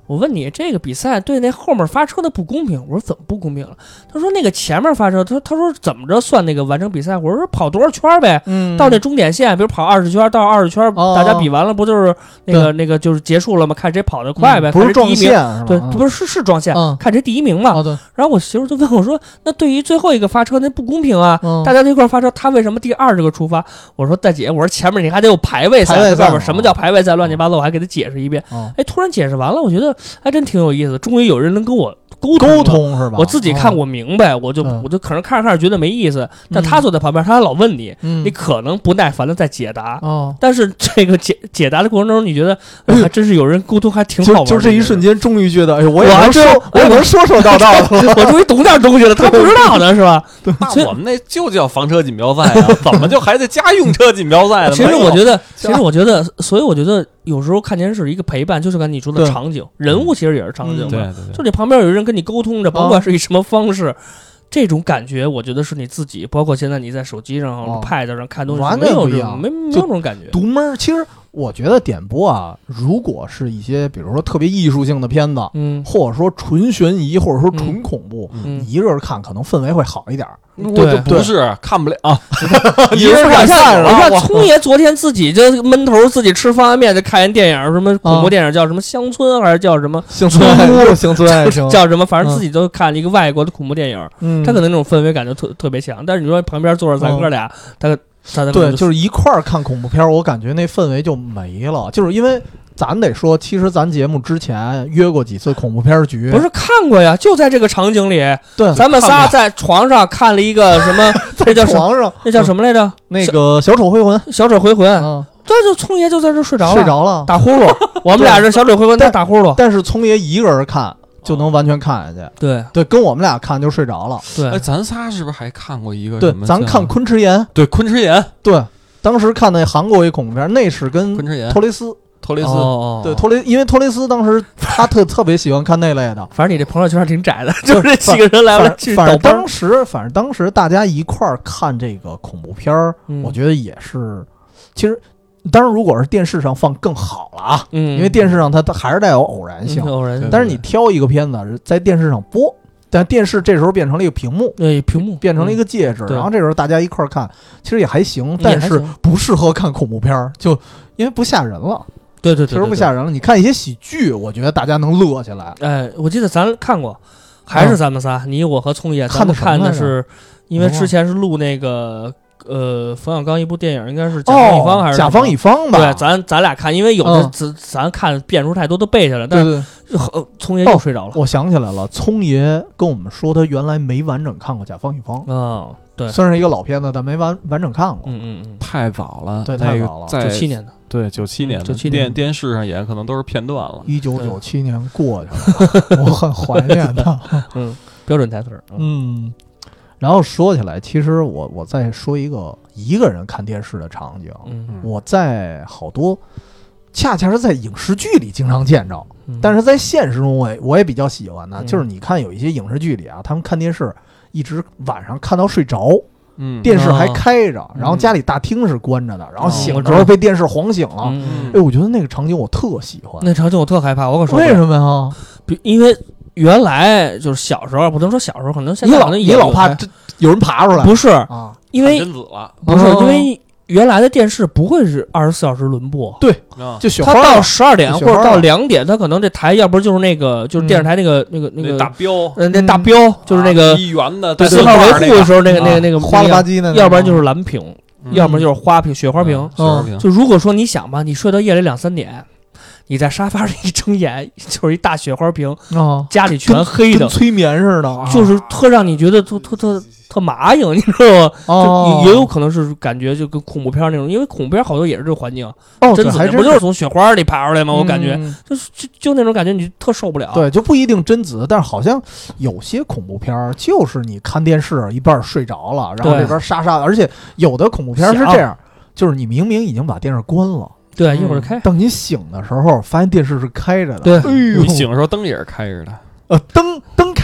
我问你这个比赛对那后面发车的不公平，我说怎么不公平了？他说那个前面发车，他说怎么着算那个完成比赛？我说跑多少圈呗，到那终点线，比如跑20圈到20圈，大家比完了不就是那个就是结束了吗？看谁跑得快呗， 不是撞线， 对，不是撞线，看谁第一名嘛。然后我媳妇就问我说，那对于最后一个发车那不公平啊，大家这块发车，他为什么第20个出发？我说大姐，我说前面你还得有排位赛，什么叫排位赛？乱七八糟，我还给他解释一遍。哎，突然解释完了，我觉得还真挺有意思，终于有人能跟我沟通是吧？ 我自己看我明白，我就可能看着觉得没意思，但他坐在旁边，他还老问你，你可能不耐烦的在解答，但是这个解答的过程中，你觉得还真是有人沟通，还挺好玩的。 就这一瞬间，终于觉得，哎，我也能说道道了， 我终于懂点东西了，他不知道的是吧？ 那我们那就叫房车锦标赛啊，怎么就还得加用车锦标赛呢？ 其实我觉得，所以我觉得有时候看电视一个陪伴，就是跟你说的场景，人物其实也是场景嘛，就你旁边有人跟你沟通着，甭管是以什么方式。这种感觉，我觉得是你自己，包括现在你在手机上、pad 上看东西， 完全不一样， 没有这种感觉。 独门其实我觉得点播啊，如果是一些比如说特别艺术性的片子，或者说纯悬疑，或者说纯恐怖，你一个人看可能氛围会好一点。 我就不是看不了， 一个人看我看聪爷昨天自己就闷头自己吃方便面，就看一电影，什么恐怖电影叫什么乡村还是叫什么乡村爱情叫什么，反正自己都看了一个外国的恐怖电影，他可能那种氛围感就特别强。但是你说旁边坐着咱哥俩，他对，就是一块儿看恐怖片，我感觉那氛围就没了，就是因为。咱得说，其实咱节目之前约过几次恐怖片局， 不是看过呀？就在这个场景里， 对， 咱们仨在床上看了一个什么？ 在床上， 那叫什么来着？ 那个小丑回魂， 对，就聪爷就在这睡着了， 打呼噜。我们俩是小丑回魂，他打呼噜。 但是聪爷一个人看就能完全看下去， 对，跟我们俩看就睡着了。 对， 哎，咱仨是不是还看过一个？ 对，咱看昆池岩， 对，昆池岩， 对，当时看那韩国一恐怖片，那是跟昆池岩托雷斯。 对因为托雷斯当时他特别喜欢看那类的。 反正你这朋友圈挺窄的，就是这几个人来了去。 反正当时大家一块儿看这个恐怖片儿，我觉得也是。其实，当然如果是电视上放更好了啊，因为电视上它还是带有偶然性。但是你挑一个片子在电视上播，但电视这时候变成了一个屏幕，变成了一个介质，然后这时候大家一块儿看，其实也还行，但是不适合看恐怖片儿，就因为不吓人了。 对， 其实不吓人了。你看一些喜剧，我觉得大家能乐起来。 哎，我记得咱看过，还是咱们仨，你我和聪爷，咱们看的是，因为之前是录那个冯小刚一部电影，应该是甲方乙方还是甲方乙方吧？ 对，咱俩看，因为有的咱看变数太多都背下来，但是聪爷又睡着了。 我想起来了，聪爷跟我们说他原来没完整看过甲方乙方对， 虽然是一个老片子，但没完整看过。 太早了， 对，太早了 ，97年的。 对，97年的电视上演可能都是片段了。 1997年过去了，我很怀念他。 标准台词。 然后说起来，其实我再说一个人看电视的场景，我在好多恰恰是在影视剧里经常见着，但是在现实中我也比较喜欢的，就是你看有一些影视剧里啊，他们看电视一直晚上看到睡着。电视还开着，然后家里大厅是关着的，然后醒的时候被电视晃醒了。哎，我觉得那个场景我特喜欢， 那场景我特害怕。我可说为什么呀？ 因为原来就是小时候，不能说小时候，可能现在你老怕有人爬出来， 不是啊？ 因为贞子了， 不是因为。原来的电视不会是24小时轮播， 对，就雪花它到12点或者到2点，它可能这台要不就是那个就是电视台那个大标， 那大标就是那个 1元的 4号维护的时候那个花了吧唧的， 要不然就是蓝屏，要不然就是花屏、雪花屏。就如果说你想吧，你睡到夜里2、3点。你在沙发上一睁眼就是一大雪花屏，家里全黑的， 跟催眠似的， 就是特让你觉得特麻痒，你知道吗？就也有可能是感觉就跟恐怖片那种，因为恐怖片好多也是这个环境，贞子不就是从雪花里爬出来吗？我感觉就那种感觉，你特受不了。 对，就不一定贞子，但是好像有些恐怖片就是你看电视一半睡着了，然后这边沙沙的，而且有的恐怖片是这样，就是你明明已经把电视关了。 对，一会儿就开。 等你醒的时候，发现电视是开着的。 对， 你醒的时候灯也是开着的。 灯开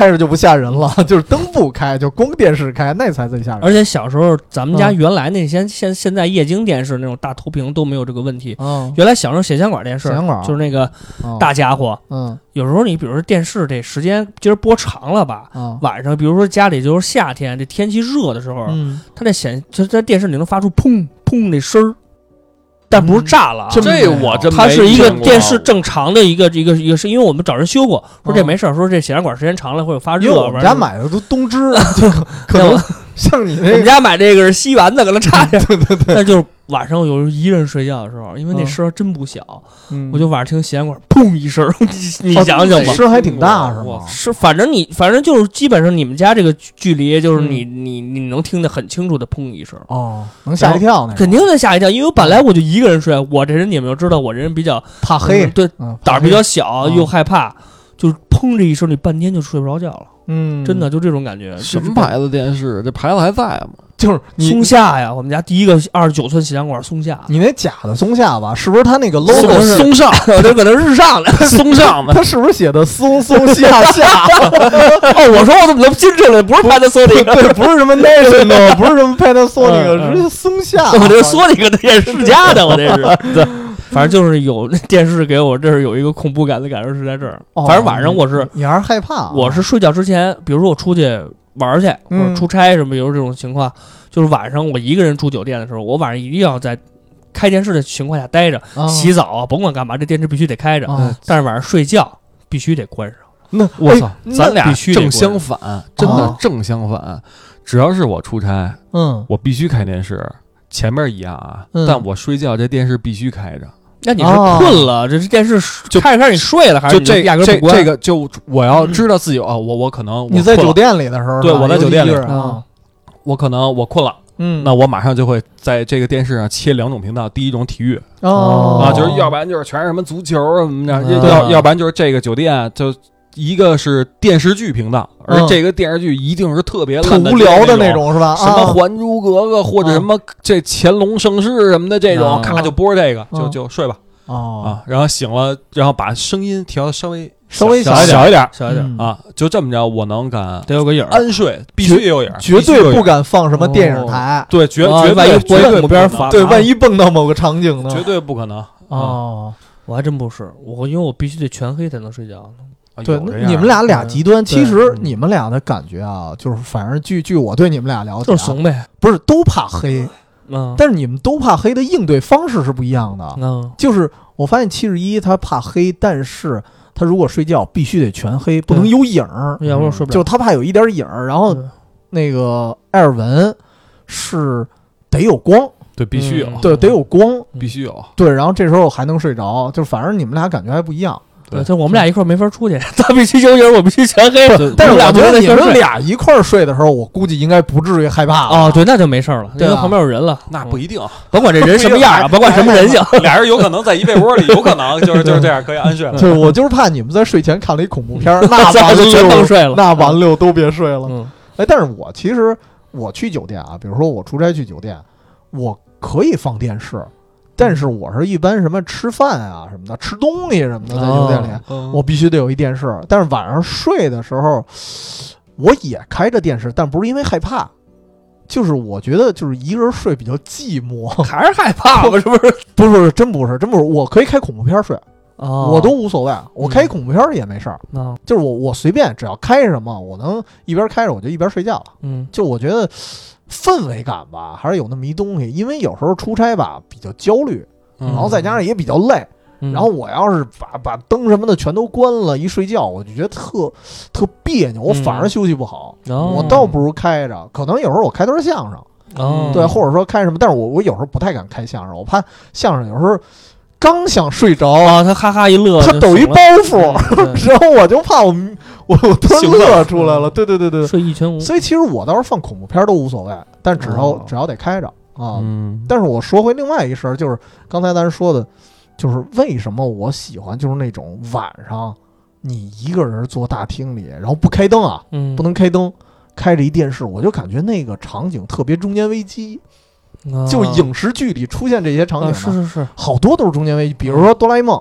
开着就不吓人了，就是灯不开，就光电视开，那才最吓人。 而且小时候咱们家原来那些现在液晶电视那种大投屏都没有这个问题。原来小时候显像管电视，就是那个大家伙。有时候你比如说电视这时间今儿播长了吧，晚上比如说家里就是夏天这天气热的时候，它就在电视里能发出砰砰那声儿。但不是炸了， 这我真它是一个电视正常的一个，是因为我们找人修过，说这没事，说这显像管时间长了会有发热。 我们家买的都东芝，可能像你那我们家买这个是西园的，搁那插着。 对， 那就是晚上有一人睡觉的时候，因为那声真不小，我就晚上听显像管砰一声，你想想吧， 声还挺大是吗？ 是，反正就是基本上你们家这个距离，就是你能听得很清楚的砰一声能吓一跳那肯定能吓一跳，因为本来我就一个人睡，我这人你们就知道，我这人比较怕黑， 对，胆儿比较小又害怕，就是砰这一声，你半天就睡不着觉了。真的就这种感觉。 什么牌子电视？这牌子还在吗？ 就是松下呀，我们家第一个29寸显像管松下。 你那假的松下吧？是不是它那个 logo 是松上？ 这可能日上的松上的， 它是不是写的松下？ 我说我怎么能拼出来？不是 Panasonic， 对，不是什么 National， 不是什么 Panasonic， 是松下。 我这说那个电视家的，我这是。反正就是有电视给我，这是有一个恐怖感的感受是在这儿。反正晚上你还是害怕。 我是睡觉之前，比如说我出去玩去，或者出差什么，有这种情况，就是晚上我一个人住酒店的时候，我晚上一定要在开电视的情况下待着，洗澡甭管干嘛，这电视必须得开着。但是晚上睡觉必须得关上。 那我操，咱俩正相反，真的正相反。只要是我出差，我必须开电视。前面一样啊，但我睡觉这电视必须开着。 那你是困了，这是电视就开始你睡了，还是就压根不关？ 这个就我要知道自己我可能你在酒店里的时候， 对，我在酒店里我可能我困了，那我马上就会在这个电视上切2种频道，第一种体育就是要不然就是全是什么足球什么的，要不然就是这个酒店就。一个是电视剧频道，而这个电视剧一定是特别烂的无聊的那种，是吧？ 什么《还珠格格》或者什么这乾隆盛世什么的这种，咔就播这个，就睡吧。然后醒了，然后把声音调的稍微小一点啊，就这么着，我能敢得有个影安睡，必须有影， 绝对不敢放什么电视台， 对，绝对目标反， 对，万一蹦到某个场景呢， 绝对不可能。 我还真不是因为我必须得全黑才能睡觉。 对，你们俩极端，其实你们俩的感觉啊，就是反正据我对你们俩了解， 就是怂呗， 不是都怕黑，但是你们都怕黑的应对方式是不一样的。就是我发现71他怕黑，但是他如果睡觉必须得全黑，不能有影儿， 要不然睡不了。 就他怕有一点影儿，然后那个艾尔文是得有光。 对，必须有， 对，得有光， 必须有。 对，然后这时候还能睡着，就反正你们俩感觉还不一样。 对，就我们俩一块没法出去，他必须有影，我必须全黑。 但是我觉得你们俩一块睡的时候，我估计应该不至于害怕。 对，那就没事了，因为旁边有人了。 那不一定， 甭管这人什么样啊，甭管什么人性， 俩人有可能在一被窝里，有可能就是这样可以安睡了。 对，我就是怕你们在睡前看了一恐怖片，那完了全都睡了， 那完了都别睡了。但是其实我去酒店啊，比如说我出差去酒店，我可以放电视。但是我是一般什么吃饭啊什么的，吃东西什么的，在酒店里我必须得有一电视。但是晚上睡的时候我也开着电视，但不是因为害怕，就是我觉得就是一个人睡比较寂寞。 还是害怕吗？是不是？ 不是，真不是，我可以开恐怖片睡，我都无所谓，我开恐怖片也没事儿。就是我随便，只要开什么，我能一边开着我就一边睡觉了。就我觉得氛围感吧，还是有那么一东西。因为有时候出差吧比较焦虑，然后再加上也比较累，然后我要是把灯什么的全都关了，一睡觉我就觉得特别扭，我反而休息不好。我倒不如开着，可能有时候我开段相声，对，或者说开什么，但是我有时候不太敢开相声，我怕相声有时候刚想睡着他哈哈一乐， 他抖一包袱，然后我就怕我突然乐出来了。对， 睡意全无。 所以其实我倒是放恐怖片都无所谓，但只要得开着啊。但是我说回另外一事儿，就是刚才咱说的，就是为什么我喜欢就是那种晚上你一个人坐大厅里，然后不开灯啊，不能开灯，开着一电视，我就感觉那个场景特别中年危机。就影视剧里出现这些场景， 是好多都是中年危机。比如说哆啦 A 梦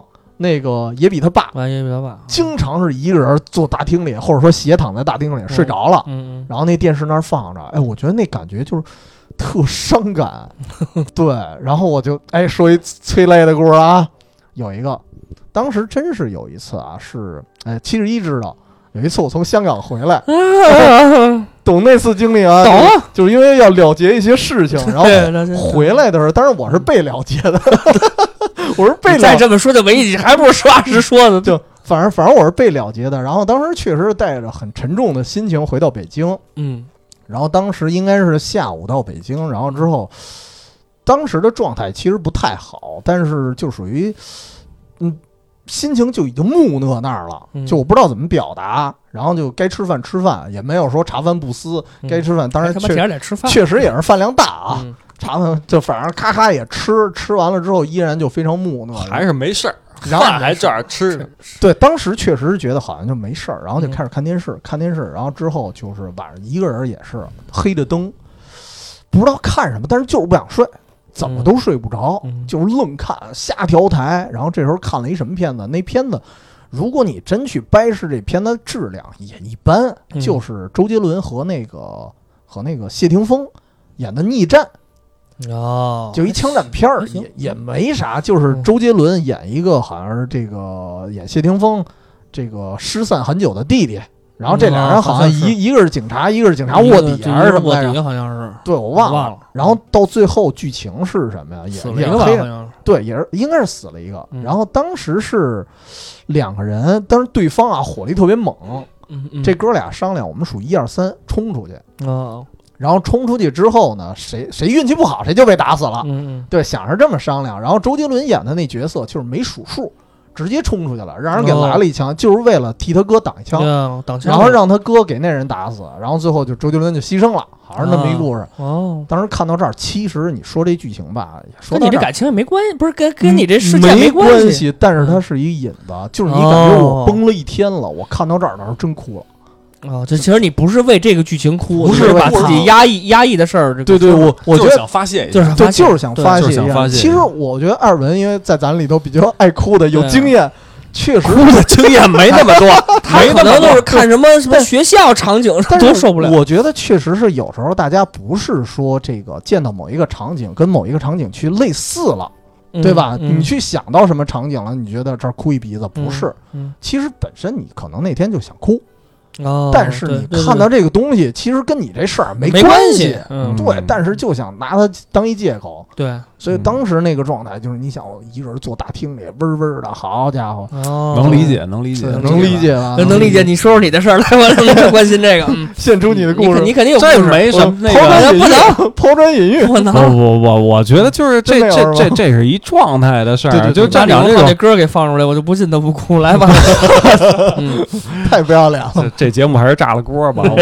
那个也比他爸，经常是一个人坐大厅里，或者说斜躺在大厅里睡着了，然后那电视那儿放着，哎，我觉得那感觉就是特伤感。对，然后我就说一催泪的故事啊，有一个，当时真是有一次啊，是71知道，有一次我从香港回来，懂那次经历啊？ 懂， 就是因为要了结一些事情，然后回来的时候，当然我是被了结的。我是被再这么说就没意义，还不如实话实说的。 就反正我是被了结的。然后当时确实带着很沉重的心情回到北京，然后当时应该是下午到北京，然后之后，当时的状态其实不太好，但是就属于，心情就已经木讷那儿了，就我不知道怎么表达，然后就该吃饭吃饭，也没有说茶饭不思，该吃饭，当然确实也是饭量大啊。茶饭就反正咔咔也吃完了之后依然就非常木讷， 还是没事儿， 然后还这儿吃。 对，当时确实是觉得好像就没事儿，然后就开始看电视，然后之后就是晚上一个人也是黑着灯，不知道看什么，但是就是不想睡，怎么都睡不着，就是愣看瞎调台。然后这时候看了一什么片子？那片子如果你真去掰扯这片的质量也一般，就是周杰伦和那个谢霆锋演的《逆战》。就一枪战片儿，也没啥，就是周杰伦演一个好像是这个演谢霆锋这个失散很久的弟弟，然后这俩人好像一个是警察，一个是警察卧底还是什么来着？ 好像是， 对我忘了。然后到最后剧情是什么呀？也黑了，对，也是应该是死了一个。然后当时是两个人，但是对方啊火力特别猛，这哥俩商量，我们数1、2、3冲出去。然后冲出去之后呢，谁运气不好谁就被打死了。对，想是这么商量。然后周杰伦演的那角色就是没数数，直接冲出去了，让人给来了一枪，就是为了替他哥挡一枪，然后让他哥给那人打死。然后最后就周杰伦就牺牲了，好像是那么一故事。当时看到这儿，其实你说这剧情吧，说跟你这感情也没关系，不是跟你这事件没关系，但是它是一引子，就是你感觉我崩了一天了，我看到这儿的时候真哭了。 这其实你不是为这个剧情哭， 不是把自己压抑的事儿。 对，我觉得想发泄一下， 就是想发泄一下。其实我觉得二文因为在咱里头比较爱哭的，有经验，确实哭的经验没那么多， 他可能都是看什么学校场景都受不了。 我觉得确实是有时候大家不是说这个见到某一个场景跟某一个场景去类似了。对吧？你去想到什么场景了？你觉得这儿哭一鼻子不是？其实本身你可能那天就想哭。但是你看到这个东西，其实跟你这事儿没关系，对，但是就想拿它当一借口， 对， 所以当时那个状态就是，你想我一个人坐大厅里，嗡嗡的，好家伙， 能理解吧？ 能理解， 你说说你的事儿来，我就关心这个， 献出你的故事， 你肯定有故事，这没什么，那个不能抛砖引玉， 我觉得就是这是一状态的事儿，就站长这歌给放出来，我就不信他不哭，来吧， 太不要脸了。 这节目还是炸了锅吧，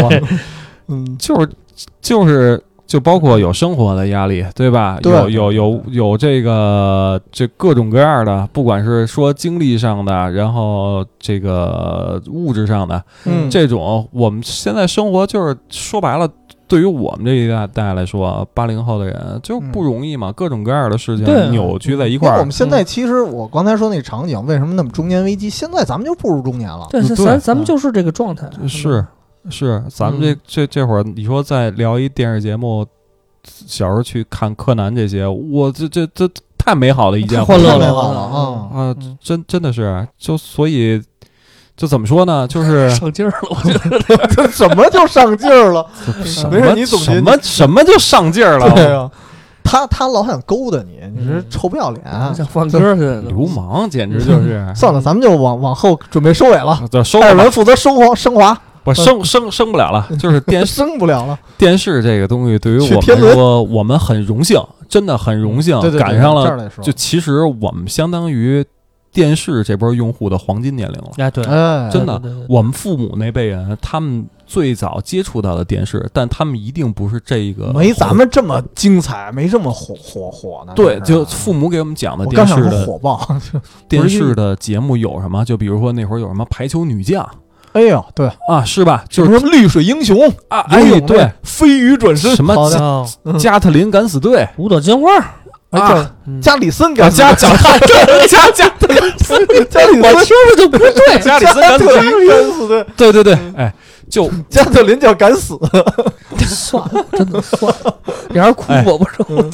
就包括有生活的压力，对吧？有这各种各样的，不管是说精力上的，然后这个物质上的，这种我们现在生活就是说白了，对于我们这一代来说，80后的人就不容易嘛，各种各样的事情扭曲在一块儿。 我们现在其实我刚才说那场景，为什么那么中年危机？现在咱们就步入中年了， 对，咱们就是这个状态。 是，咱们这会儿，你说再聊一电视节目，小时候去看柯南这些，我这太美好的一件， 欢乐了啊！真的是，就所以。就怎么说呢？就是上劲儿了，我觉得什么就上劲儿了？没事，你总结什么就上劲儿了？ 对啊，他老想勾搭你，你是臭不要脸， 像放歌似的， 流氓，简直就是。 算了，咱们就往后准备收尾了。 艾文负责升华， 不升不了了，就是升不了了。 电视这个东西对于我们来说，我们很荣幸，真的很荣幸，赶上了。就其实我们相当于。电视这波用户的黄金年龄了， 对， 真的，我们父母那辈人，他们最早接触到的电视，但他们一定不是这个， 没咱们这么精彩，没这么火呢。 对，就父母给我们讲的电视的火爆， 电视的节目有什么？就比如说那会儿有什么排球女将， 哎呦，对啊，是吧？ 就是什么绿水英雄啊，哎，对， 飞鱼转身， 什么加特林敢死队， 舞蹈金花。 加里森加特林， 加里我听着就不对， 加里森敢死，对对对，哎，就加特林叫敢死， 算了，真的算了，你还是哭我不是？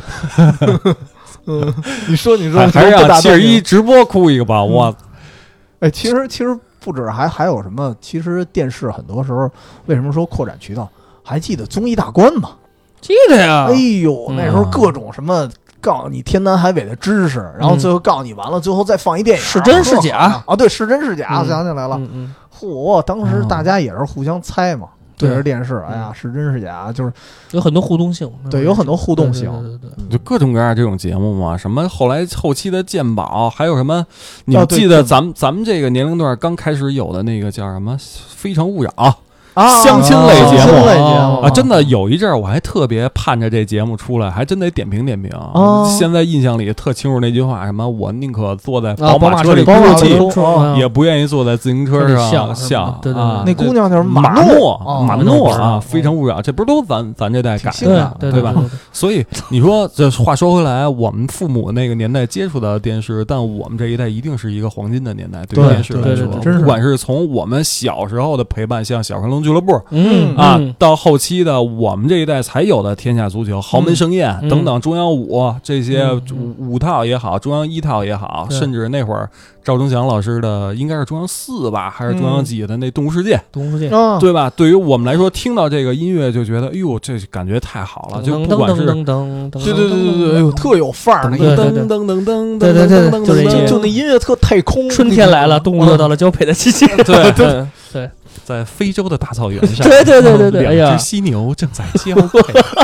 你说， 还是让71直播哭一个吧，我。 哎，其实不止，还有什么？其实电视很多时候为什么说扩展渠道？还记得综艺大观吗？ 记得呀。 哎呦，那时候各种什么告诉你天南海北的知识，然后最后告诉你完了，最后再放一电影， 是真是假啊？对，是真是假，想起来了。嚯，当时大家也是互相猜嘛。对着电视，哎呀，是真是假？就是有很多互动性， 对，有很多互动性， 就各种各样这种节目嘛，什么后期的鉴宝，还有什么？你们记得咱们这个年龄段刚开始有的那个叫什么《非诚勿扰》相亲类节目啊，真的有一阵儿我还特别盼着这节目出来，还真得点评。现在印象里特清楚那句话，什么我宁可坐在宝马车里哭泣，也不愿意坐在自行车上笑。 对， 那姑娘叫什么？ 马诺啊，《非诚勿扰》，这不是都咱这代改的，对吧？所以你说这话说回来，我们父母那个年代接触到电视，但我们这一代一定是一个黄金的年代，对电视来说，不管是从我们小时候的陪伴，像小神龙俱乐部，到后期的我们这一代才有的天下足球、豪门盛宴等等，中央5这些5套也好，中央1套也好，甚至那会儿赵忠祥老师的应该是中央4吧，还是中央几的那动物世界，对吧？对于我们来说，听到这个音乐就觉得，哎呦，这感觉太好了，就不管是对，哎呦，特有范儿， 噔， 就那音乐特太空， 春天来了，动物又到了交配的季节， 对。在非洲的大草原上， 对， 两只犀牛正在交配，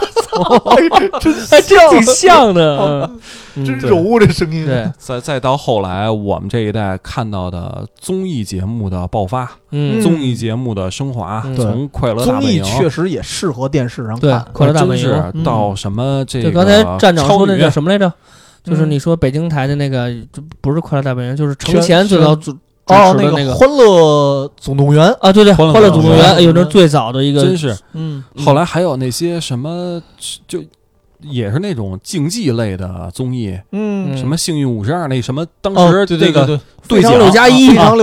真挺像的， 真柔这声音。 对， 再到后来，我们这一代看到的综艺节目的爆发，综艺节目的升华，从快乐大本营， 综艺确实也适合电视上看。 对，快乐大本营到什么这个， 刚才站长说的叫什么来着？就是你说北京台的那个，不是快乐大本营，就是程前最早那个欢乐总动员啊，对，欢乐总动员，哎呦，这最早的一个， 真是，后来还有那些什么，就也是那种竞技类的综艺，什么幸运52那什么，当时这个对奖 6+1， 非常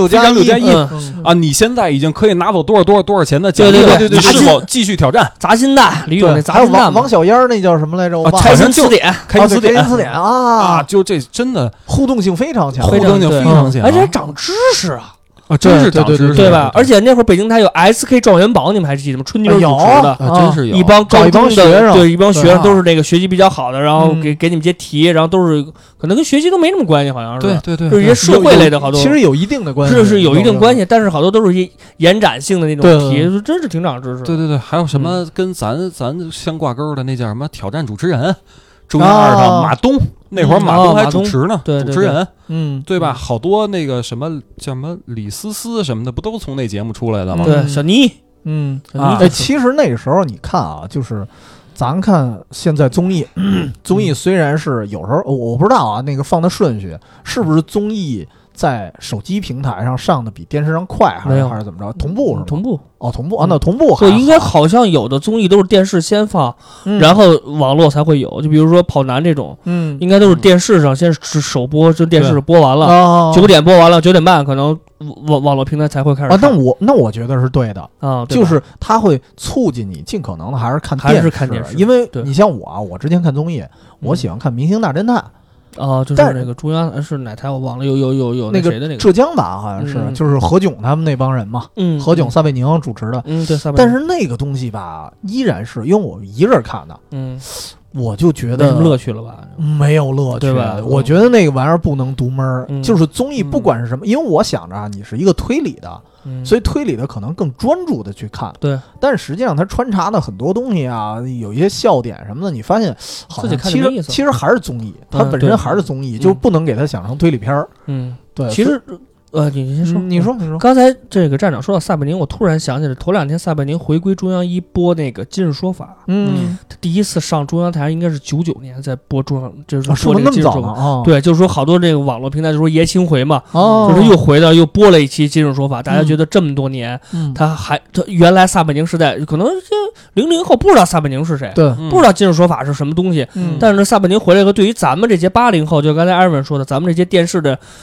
6+1啊，你现在已经可以拿走多少钱的奖励了？ 你是否继续挑战？ 砸金蛋，李勇那砸金蛋， 王小燕那叫什么来着？ 开心词典啊， 就这真的互动性非常强， 互动性非常强， 而且还长知识啊。 真是长知识， 对吧？而且那会儿北京台有 SK 状元榜，你们还记得吗？春妮主持的， 真是有一帮高中的，对，一帮学生都是那个学习比较好的，然后给你们些题，然后都是可能跟学习都没什么关系，好像是， 对， 就是一些社会类的好多， 其实有一定的关系， 是有一定关系，但是好多都是一延展性的那种题，真是挺长知识。 对，还有什么跟咱相挂钩的那叫什么挑战主持人？中央2套马东，那会儿马东还主持呢，主持人，对吧？好多那个什么叫什么李思思什么的，不都从那节目出来的吗？ 对，小妮， 其实那个时候你看啊，就是咱看现在综艺虽然是有时候我不知道啊，那个放的顺序是不是综艺在手机平台上上的比电视上快，还是怎么着？同步是吗？ 同步啊，那同步对，应该好像有的综艺都是电视先放，然后网络才会有。就比如说跑男这种，应该都是电视上先是首播，就电视播完了，9点播完了，9点半可能网络平台才会开始啊。那我觉得是对的啊，就是它会促进你尽可能的还是看电视，因为你像我啊，我之前看综艺，我喜欢看《明星大侦探》。 就是那个中央是哪台我忘了，有那个谁的那个浙江吧，好像是，就是何炅他们那帮人嘛，何炅、撒贝宁主持的， 对， 但是那个东西吧，依然是因为我一人看的，我就觉得没什么乐趣了吧？ 没有乐趣， 对吧？ 我觉得那个玩意儿不能独门，就是综艺不管是什么，因为我想着啊，你是一个推理的。所以推理的可能更专注的去看， 对， 但是实际上它穿插的很多东西啊，有一些笑点什么的，你发现好像其实还是综艺，它本身还是综艺，就不能给它想成推理片儿。对， 其实你先说， 你说。 刚才这个站长说到撒贝宁，我突然想起来，头2天撒贝宁回归中央1播那个《今日说法》，他第一次上中央台应该是99年在播中央，就是说这个《今日说法》对，就是说好多这个网络平台就说爷青回嘛，就是又播了一期《今日说法》，大家觉得这么多年，他原来撒贝宁时代可能00后不知道撒贝宁是谁， 对， 不知道《今日说法》是什么东西，但是撒贝宁回来以后，对于咱们这些80后，就刚才艾文说的，咱们这些电视的。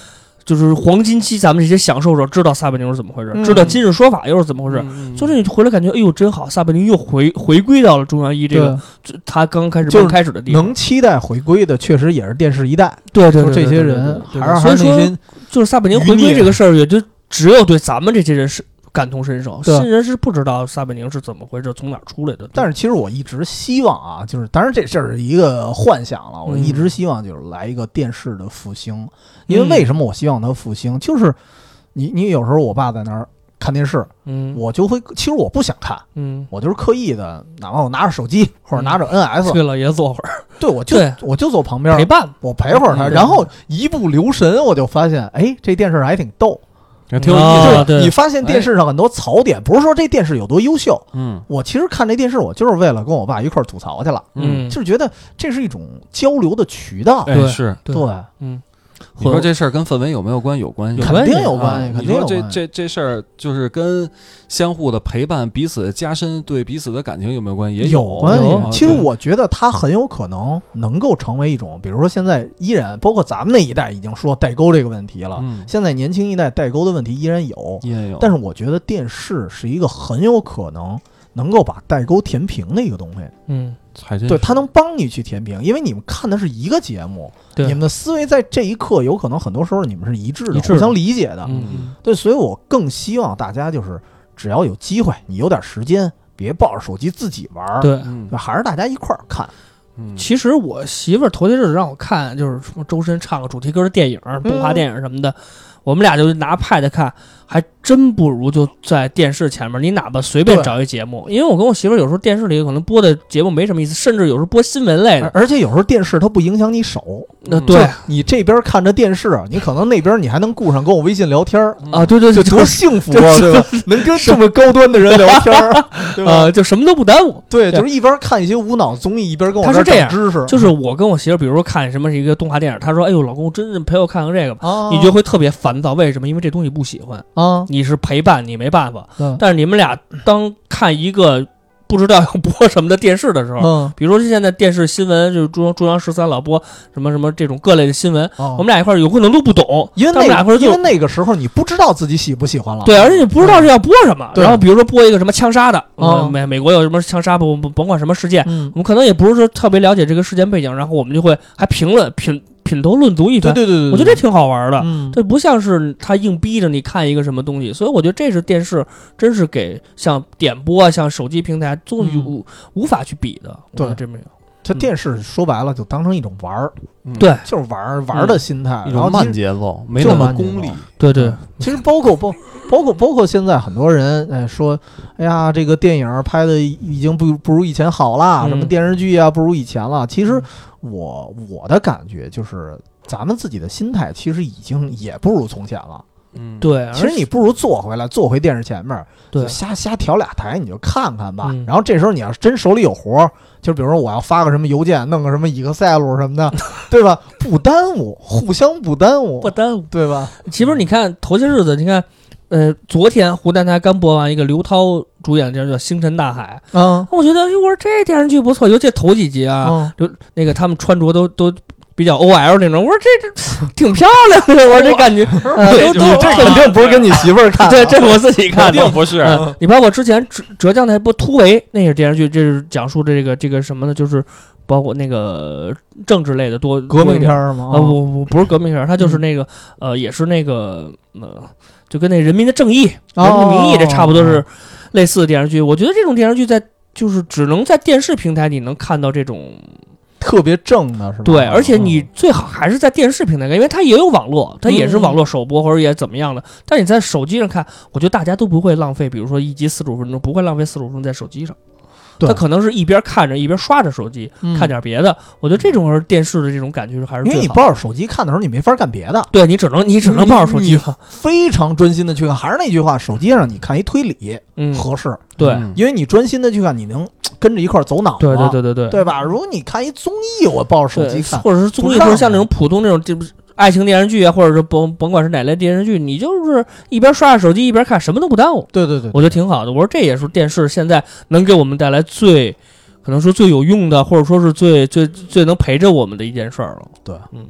就是黄金期，咱们这些享受者知道撒贝宁是怎么回事，知道今日说法又是怎么回事，就是你回来感觉，哎呦真好，撒贝宁又回归到了中央一这个他刚开始开始的地方， 能期待回归的，确实也是电视一代， 对， 这些人还是那些，就是撒贝宁回归这个事儿，也就只有对咱们这些人是感同身受，新人是不知道撒贝宁是怎么回事，从哪出来的。 但是其实我一直希望啊，就是当然这事儿是一个幻想了，我一直希望就是来一个电视的复兴，因为为什么我希望它复兴，就是你有时候我爸在那儿看电视，我就会，其实我不想看，我就是刻意的，哪怕我拿着手机或者拿着 NS， 对了也坐会儿， 对，我就坐旁边陪伴， 我陪会儿他，然后一不留神我就发现，哎，这电视还挺逗。 挺有意思，你发现电视上很多槽点，不是说这电视有多优秀，我其实看这电视，我就是为了跟我爸一块儿吐槽去了，就是觉得这是一种交流的渠道， 对，是， 对， 你说这事儿跟氛围有没有关？有关系， 肯定有关系。 你说这事儿就是跟相互的陪伴、彼此加深对彼此的感情有没有关系？也有关系。其实我觉得它很有可能能够成为一种，比如说现在依然，包括咱们那一代已经说代沟这个问题了，现在年轻一代代沟的问题依然有。但是我觉得电视是一个很有可能够把代沟填平的一个东西。对，它能帮你去填平，因为你们看的是一个节目，你们的思维在这一刻有可能很多时候你们是一致的，互相理解的。对，所以我更希望大家就是只要有机会，你有点时间，别抱着手机自己玩， 对， 还是大家一块儿看。 其实我媳妇儿头些日子让我看，就是什么周深唱个主题歌的电影、动画电影什么的，我们俩就拿 pad 看，还真不如就在电视前面，你哪怕随便找一节目，因为我跟我媳妇儿有时候电视里可能播的节目没什么意思，甚至有时候播新闻类的， 而且有时候电视它不影响你手， 对， 你这边看着电视，你可能那边你还能顾上跟我微信聊天啊，对， 就多幸福啊，对吧？能跟这么高端的人聊天，对吧？ 就什么都不耽误， 对，就是一边看一些无脑综艺，一边跟我这长知识。 就是我跟我媳妇儿，比如说看什么是一个动画电影，她说：“哎呦，老公，真是陪我看看这个吧。”你就会特别烦躁，为什么？因为这东西不喜欢啊，你是陪伴，你没办法。但是你们俩当看一个不知道要播什么的电视的时候，比如说现在电视新闻就是中央13老播什么什么这种各类的新闻，我们俩一块有可能都不懂， 因为那个时候你不知道自己喜不喜欢了， 对，而且你不知道是要播什么。然后比如说播一个什么枪杀的，美国有什么枪杀，甭管什么事件，我们可能也不是说特别了解这个事件背景，然后我们就会还评论品头论足一番， 对， 我觉得这挺好玩的。这不像是他硬逼着你看一个什么东西，所以我觉得这是电视真是给像点播啊、像手机平台都无法去比的。 对， 这没有。 这电视说白了就当成一种玩儿， 对， 就是玩的心态， 一种慢节奏，没那么功利。 对， 其实包括现在很多人说，哎呀，这个电影拍的已经不如以前好了，什么电视剧啊不如以前了。其实我的感觉就是，咱们自己的心态其实已经也不如从前了。 对， 其实你不如坐回电视前面，就瞎调俩台，你就看看吧。然后这时候你要真手里有活，就比如说我要发个什么邮件，弄个什么Excel什么的，对吧？不耽误，互相不耽误，对吧？ 其实你看头些日子，你看，昨天湖南台刚播完一个刘涛主演的电视剧叫《星辰大海》，我觉得我说这电视剧不错，尤其头几集啊，就那个他们穿着都比较 OL 那种，我说这挺漂亮的，我说这感觉， 这肯定不是跟你媳妇儿看， 对，这是我自己看的， 肯定不是。 你包括之前浙江台播《突围》那个电视剧，这是讲述这个什么呢？就是包括那个政治类的革命片吗？ 不是革命片，它就是那个也是那个就跟那《人民的正义》《人民的名义》这差不多是类似的电视剧。我觉得这种电视剧就是只能在电视平台你能看到这种。 特别正的是吧？ 对，而且你最好还是在电视平台看，因为它也有网络，它也是网络首播或者也怎么样的。但你在手机上看，我觉得大家都不会浪费，比如说一集45分钟，不会浪费45分钟在手机上。他可能是一边看着一边刷着手机，看点别的。我觉得这种是电视的这种感觉还是最好的。 因为你抱着手机看的时候，你没法干别的。 对，你只能抱着手机看， 非常专心的去看。还是那句话，手机上你看一推理，合适。 对， 因为你专心的去看，你能跟着一块走脑。 对， 对吧？如果你看一综艺，我抱着手机看， 或者是综艺，或者像那种普通那种这爱情电视剧啊，或者是甭管是哪类电视剧，你就是一边刷着手机一边看，什么都不耽误。 对， 我觉得挺好的。我说这也是电视现在能给我们带来可能说最有用的，或者说是最能陪着我们的一件事儿了。 对，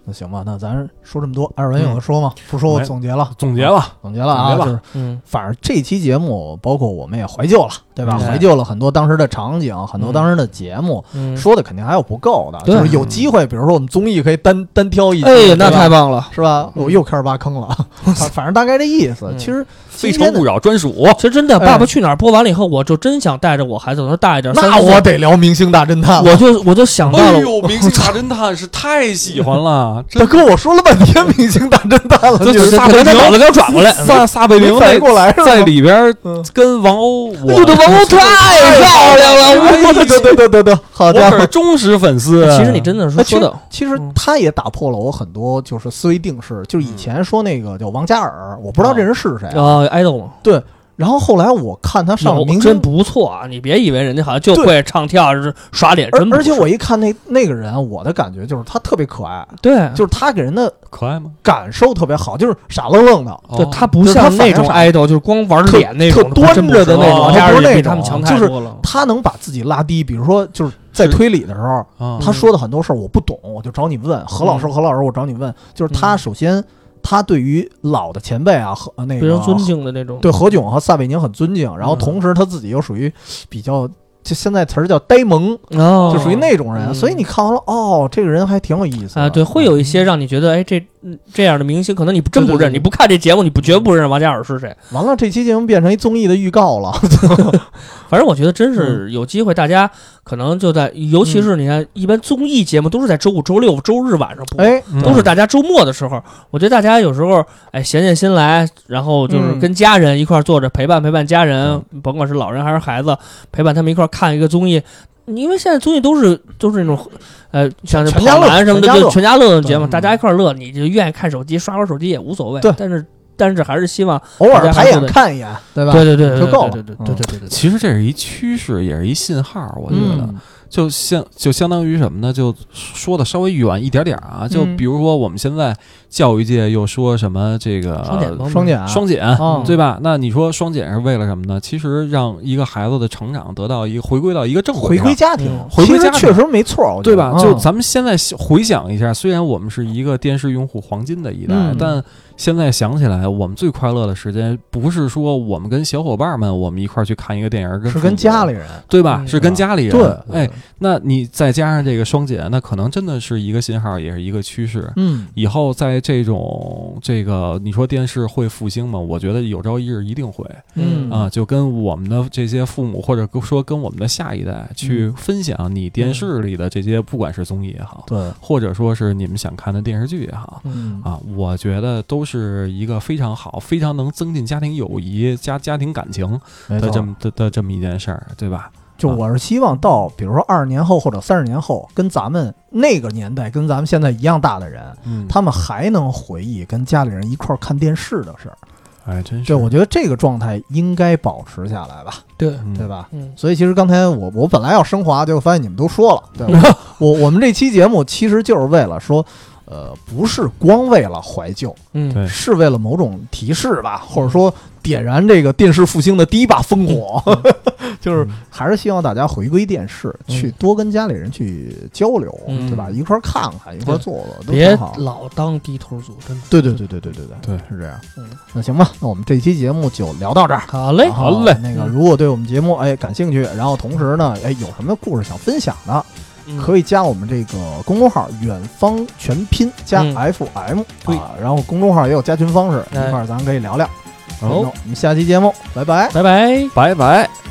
那行吧，那咱说这么多，二文有的说吗？不说我总结了啊，就是反正这期节目包括我们也怀旧了，对吧？怀旧了很多当时的场景，很多当时的节目，说的肯定还有不够的，就是有机会，比如说我们综艺可以单挑一期， 哎，那太棒了， 是吧？我又开始挖坑了，反正大概这意思。其实非诚勿扰专属， 其实真的，《爸爸去哪儿》播完了以后，我就真想带着我孩子，我说大一点， 那我得聊《明星大侦探》， 我就想到了， 哎呦，《明星大侦探》是太喜欢了， 他跟我说了半天《明星大侦探》了， 就是撒贝宁脑子给我转过来， 撒贝宁反应过来在里边跟王鸥， 我的王鸥太漂亮了， 对，好家伙， 我可是忠实粉丝。 其实你真的说的， 其实他也打破了我很多就是思维定式，就是以前说那个叫王嘉尔，我不知道这人是谁啊，爱豆嘛， 对。然后后来我看他上明星真不错啊！你别以为人家好像就会唱跳耍脸，真而且我一看那个人，我的感觉就是他特别可爱， 对， 就是他给人的可爱吗？ 感受特别好，就是傻愣愣的， 对，他不像那种爱豆，就是光玩脸那种， 特端着的那种， 他不是那种，他们强太多了。 他能把自己拉低，比如说就是在推理的时候，他说的很多事儿我不懂，我就找你问何老师，我找你问，就是他首先。他对于老的前辈啊和那个非常尊敬的那种， 对何炅和撒贝宁很尊敬，然后同时他自己又属于比较，就现在词儿叫呆萌，就属于那种人，所以你看完了，哦，这个人还挺有意思啊，对，会有一些让你觉得，哎，这样的明星，可能你真不认，你不看这节目，你绝不认王嘉尔是谁。 完了，这期节目变成一综艺的预告了。 反正我觉得真是有机会，大家可能就在，尤其是你看，一般综艺节目都是在周五、周六、周日晚上播，都是大家周末的时候。我觉得大家有时候，哎，闲心来，然后就是跟家人一块坐着陪伴家人，甭管是老人还是孩子，陪伴他们一块看一个综艺。因为现在综艺都是那种，像这跑男什么的，就全家乐的节目，大家一块乐，你就愿意看手机，刷会手机也无所谓。 对， 但是还是希望偶尔抬眼看一眼，对吧？ 对， 就够了。 对。 其实这是一趋势，也是一信号，我觉得。就相当于什么呢？就说的稍微远一点点啊，就比如说我们现在教育界又说什么这个双减，对吧？那你说双减是为了什么呢？其实让一个孩子的成长得到一个回归到一个正轨， 回归家庭，确实没错， 对吧？就咱们现在回想一下，虽然我们是一个电视用户黄金的一代，但现在想起来，我们最快乐的时间不是说我们跟小伙伴们我们一块去看一个电影， 是跟家里人， 对吧？是跟家里人。 对， 哎，那你再加上这个双减，那可能真的是一个信号，也是一个趋势。以后在这个你说电视会复兴吗？我觉得有朝一日一定会。就跟我们的这些父母，或者说跟我们的下一代去分享你电视里的这些，不管是综艺也好， 对， 或者说是你们想看的电视剧也好，我觉得都是一个非常好、非常能增进家庭友谊、家庭感情的这么一件事儿，对吧？ 就我是希望到，比如说20年后或者30年后，跟咱们那个年代、跟咱们现在一样大的人，他们还能回忆跟家里人一块看电视的事儿。 哎，真是。 对，我觉得这个状态应该保持下来吧。 对吧？所以其实刚才我本来要升华，结果发现你们都说了，对吧？我们这期节目其实就是为了说。不是光为了怀旧，是为了某种提示吧，或者说点燃这个电视复兴的第一把烽火，就是还是希望大家回归电视，去多跟家里人去交流，对吧？一块看看，一块坐坐，都挺好。 别老当低头族，真的。 对，是这样。那行吧，那我们这期节目就聊到这儿。 好嘞。 那个，如果对我们节目感兴趣，然后同时呢，有什么故事想分享的。可以加我们这个公众号远方全拼加 FM 然后公众号也有加群方式，一块儿咱可以聊聊。好，我们下期节目拜拜。